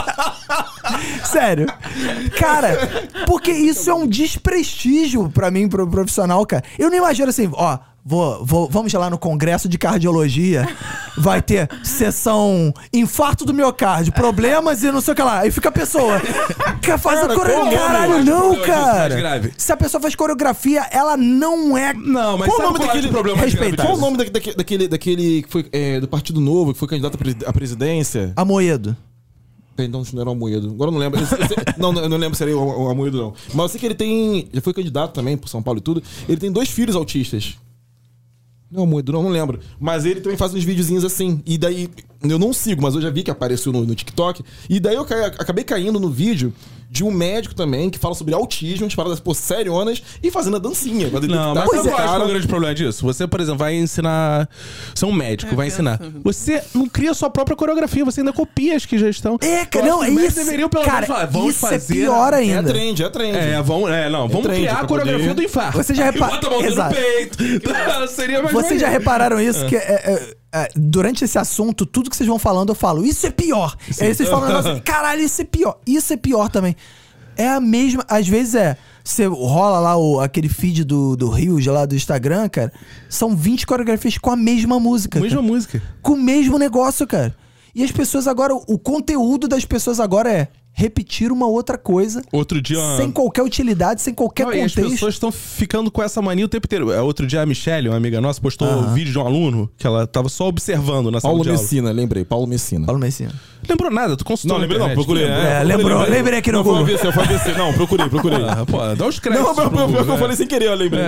Sério. Cara, porque isso é um desprestígio pra mim, pro profissional, cara. Eu não imagino assim, ó, vamos lá no congresso de cardiologia, vai ter sessão infarto do miocárdio, problemas e não sei o que lá. Aí fica a pessoa, faz a coreografia. Caralho, não, cara. Se a pessoa faz coreografia, ela não é... Não, mas Qual sabe o nome qual é daquele problema mais grave Respeitar. Qual o disso? nome daquele que foi do Partido Novo, que foi candidato à presidência? Amoedo. Então, não era o Amoedo. Agora eu não lembro. Eu não lembro se era o Amoedo, não. Mas eu sei que ele tem... Já foi candidato também por São Paulo e tudo. Ele tem 2 filhos autistas. Não, Amoedo, não lembro. Mas ele também faz uns videozinhos assim. E daí... Eu não sigo, mas eu já vi que apareceu no TikTok. E daí eu acabei caindo no vídeo de um médico também que fala sobre autismo, as paradas, pô, serionas, e fazendo a dancinha. Não, mas eu acho que é o grande problema disso. Você, por exemplo, vai ensinar... Você é um médico, vai ensinar. Você não cria a sua própria coreografia, você ainda copia as que já estão. É, cara, Eu não, acho é que os isso. médicos deveriam pelo menos Cara, falar, vamos isso fazer... é pior É ainda. trend. Vamos trend, criar a pra coreografia poder- do infarto. Você já Bota a mãozinha no Exato. peito. Seria mais Vocês já maneiro. repararam isso? Que durante esse assunto, tudo que vocês vão falando, eu falo, isso é pior. Aí vocês falam, nossa, caralho, isso é pior. Isso é pior também. É a mesma. Às vezes você rola lá aquele feed do Rios lá do Instagram, cara. São 20 coreografias com a mesma música. Mesma cara. música. Com o mesmo negócio, cara. E as pessoas agora, o conteúdo das pessoas agora é repetir uma outra coisa. Outro dia... Sem qualquer utilidade, sem qualquer Não, e as contexto. pessoas estão ficando com essa mania o tempo inteiro. Outro dia a Michelle, uma amiga nossa, postou um vídeo de um aluno que ela tava só observando na sala Paulo de aula. Messina, lembrei. Paulo Messina. Fala Messinho. Lembrou nada, tu consultou Não, na lembrei não, internet. procurei. Lembrei aqui no Não, foi Google. AVC, foi AVC. Não, procurei. Ah, pô, dá os créditos. Não, pro pior que Google, eu falei sem querer, eu lembrei.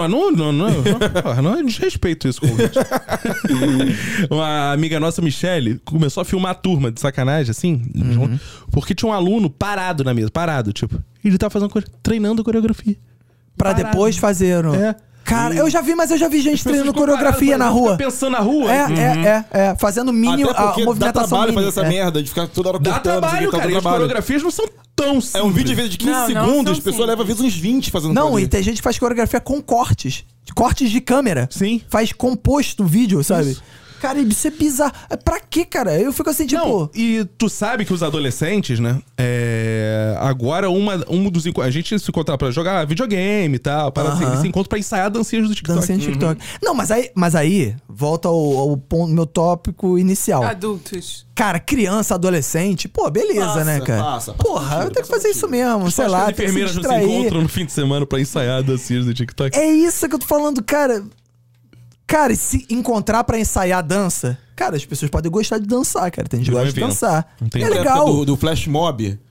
Não é desrespeito isso com o ouvinte. Uma amiga nossa, Michelle, começou a filmar a turma de sacanagem, assim, porque tinha um aluno parado na mesa, tipo, e ele tava fazendo treinando coreografia. Pra Parado. depois fazer. É. Cara, eu já vi gente As pessoas treinando ficam coreografia paradas, na rua. fica pensando na rua. Fazendo mínimo Até a porque dá movimentação trabalho fazer mínima. essa merda de ficar toda hora Dá cortando. trabalho, cara, e as coreografias não são tão simples. É um vídeo, às vezes, de 15 Não, não segundos, são a pessoa simples. leva, às vezes, uns 20 fazendo Não, aquilo e ali. tem gente que faz coreografia com cortes. Cortes de câmera. Sim. Faz composto o vídeo, sabe? Cara, isso é bizarro. Pra quê, cara? Eu fico assim, tipo... Não, e tu sabe que os adolescentes, né? Agora, a gente se encontra pra jogar videogame e tal. Assim, eles se encontram pra ensaiar dancinhas do TikTok. Dancinha de TikTok. Não, mas aí volta ao ponto, meu tópico inicial. Adultos. Cara, criança, adolescente, pô, beleza, Passa, né, cara? passa Porra, sentido, eu tenho que passa fazer isso mesmo, sei Acho lá, que as tem que se enfermeiras não se distrair. encontram no fim de semana pra ensaiar dancinhas do TikTok. É isso que eu tô falando, cara. Cara, e se encontrar pra ensaiar dança, cara, as pessoas podem gostar de dançar, cara. Tem gente que Não gosta de evento. dançar. Não tem É época legal. Do Flash Mob.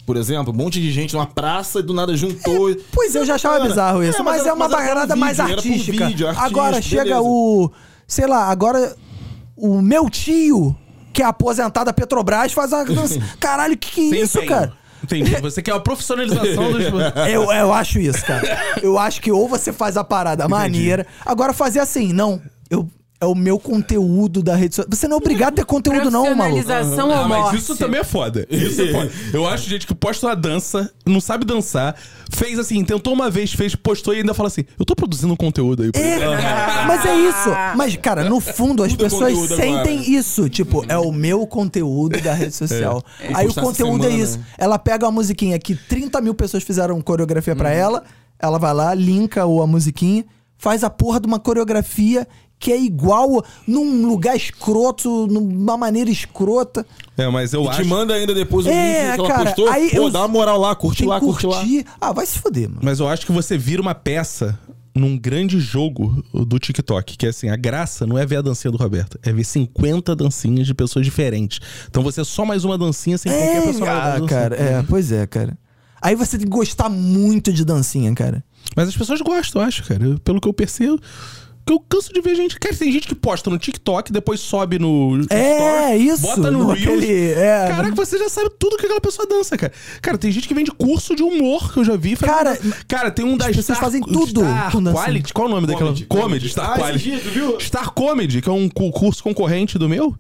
por exemplo, um monte de gente numa praça e do nada juntou. Pois eu já achava bizarro isso, mas é uma parada mais artística. Agora chega o... Sei lá, agora o meu tio, que é aposentado da Petrobras, faz uma dança. Caralho, que é isso, cara? Entendi. Você quer a profissionalização dos... Eu acho isso, cara. Eu acho que ou você faz a parada maneira. Agora fazer assim, não. É o meu conteúdo da rede social. Você não é obrigado a ter conteúdo, não, maluco. Profissionalização ou morte? Mas isso também é foda. Isso é foda. Eu acho gente que posta uma dança, não sabe dançar, fez assim, tentou uma vez, postou e ainda fala assim, eu tô produzindo um conteúdo aí. Mas é isso. Mas, cara, no fundo, as pessoas sentem isso. Tipo, é o meu conteúdo da rede social. Aí o conteúdo é isso. Ela pega uma musiquinha que 30 mil pessoas fizeram coreografia pra ela vai lá, linka a musiquinha, faz a porra de uma coreografia que é igual num lugar escroto, numa maneira escrota. Mas eu acho... te manda ainda depois o link que ela cara, postou. Aí Pô, dá uma moral lá, curte lá. Ah, vai se foder, mano. Mas eu acho que você vira uma peça num grande jogo do TikTok, que é assim, a graça não é ver a dancinha do Roberto, é ver 50 dancinhas de pessoas diferentes. Então você é só mais uma dancinha sem qualquer personalidade. Cara, pois é, cara. Aí você tem que gostar muito de dancinha, cara. Mas as pessoas gostam, eu acho, cara. Pelo que eu percebo... Que eu canso de ver gente... Cara, tem gente que posta no TikTok, depois sobe no Story, isso. bota no Reels. Caraca, no... você já sabe tudo que aquela pessoa dança, cara. Cara, tem gente que vende curso de humor, que eu já vi. Cara, tem um das... As pessoas fazem tudo com dança. Quality, qual é o nome daquela? Comedy. Star Quality. Star Comedy, que é um curso concorrente do meu.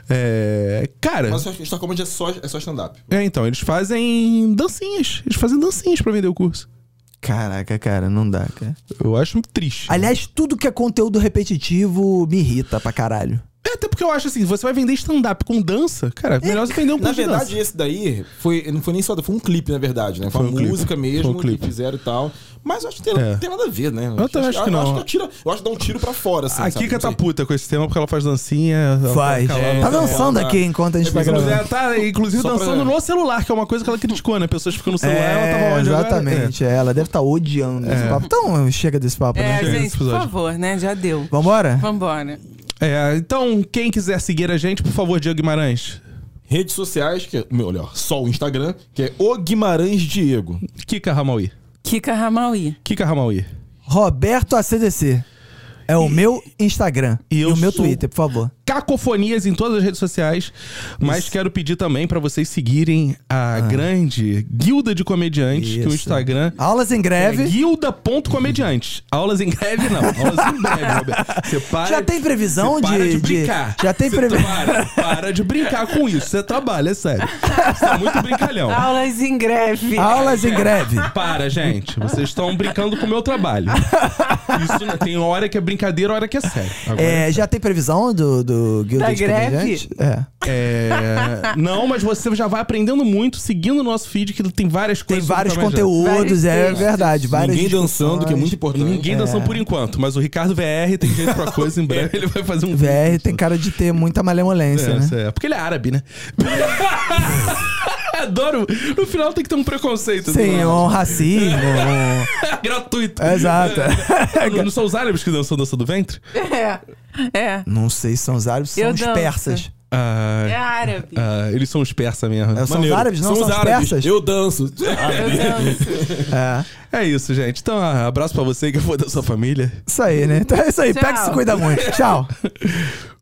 Cara... Mas Star Comedy é só stand-up. Então, eles fazem dancinhas. Eles fazem dancinhas pra vender o curso. Caraca, cara, não dá, cara. Eu acho muito triste. Aliás, tudo que é conteúdo repetitivo me irrita pra caralho. Até porque eu acho assim, você vai vender stand-up com dança, cara, melhor você vender um curso de dança. Na verdade, esse daí não foi nem só... Foi um clipe, na verdade, né? Foi uma música mesmo que fizeram e tal. Mas eu acho que não tem nada a ver, né? Eu também acho que não. Eu acho que dá um tiro pra fora, assim, a Kika tá puta com esse tema porque ela faz dancinha. Faz. Tá dançando aqui enquanto a gente tá gravando. Ela tá, inclusive, dançando no celular, que é uma coisa que ela criticou, né? Pessoas ficam no celular, ela tava onde exatamente. Ela deve estar odiando esse papo. Então, chega desse papo, né? Gente, por favor, né? Já deu. Vambora? Vambora. Então, quem quiser seguir a gente, por favor, Diego Guimarães. Redes sociais, que é, melhor, só o Instagram, que é o Guimarães Diego. Kika Ramauí. Roberto ACDC. É o meu Instagram e o meu Twitter, por favor. Cacofonias em todas as redes sociais, mas quero pedir também pra vocês seguirem a grande Guilda de Comediantes, que o Instagram... Aulas em greve. Guilda.comediantes. Aulas em greve não, aulas em breve, Roberto. Você para... Já tem previsão de brincar. Já tem previsão. Para de brincar com isso, você trabalha, é sério. Você tá muito brincalhão. Aulas em greve. Aulas em greve. Para, gente, vocês estão brincando com o meu trabalho. Isso não tem hora que é brincadeira, hora que é sério. Agora já tem previsão do Guilda de Comediantes? Não, mas você já vai aprendendo muito seguindo o nosso feed, que tem várias coisas. Tem vários conteúdos, verdade. Ninguém dançando, que é muito importante. Ninguém dançando por enquanto, mas o Ricardo VR tem jeito pra coisa, em breve ele vai fazer um VR tem cara de ter muita malemolência, né? Porque ele é árabe, né? Adoro. No final tem que ter um preconceito. Sim, um racismo. Gratuito. Exato. Não são os árabes que dançam dança do ventre? Não sei se são os árabes, são os persas. É árabe. Eles são os persas mesmo. São os árabes, não são os persas? Eu danço. É isso, gente. Então, abraço pra você que for da sua família. Isso aí, né? Então é isso aí. Tchau. Pega e se cuida muito. Tchau.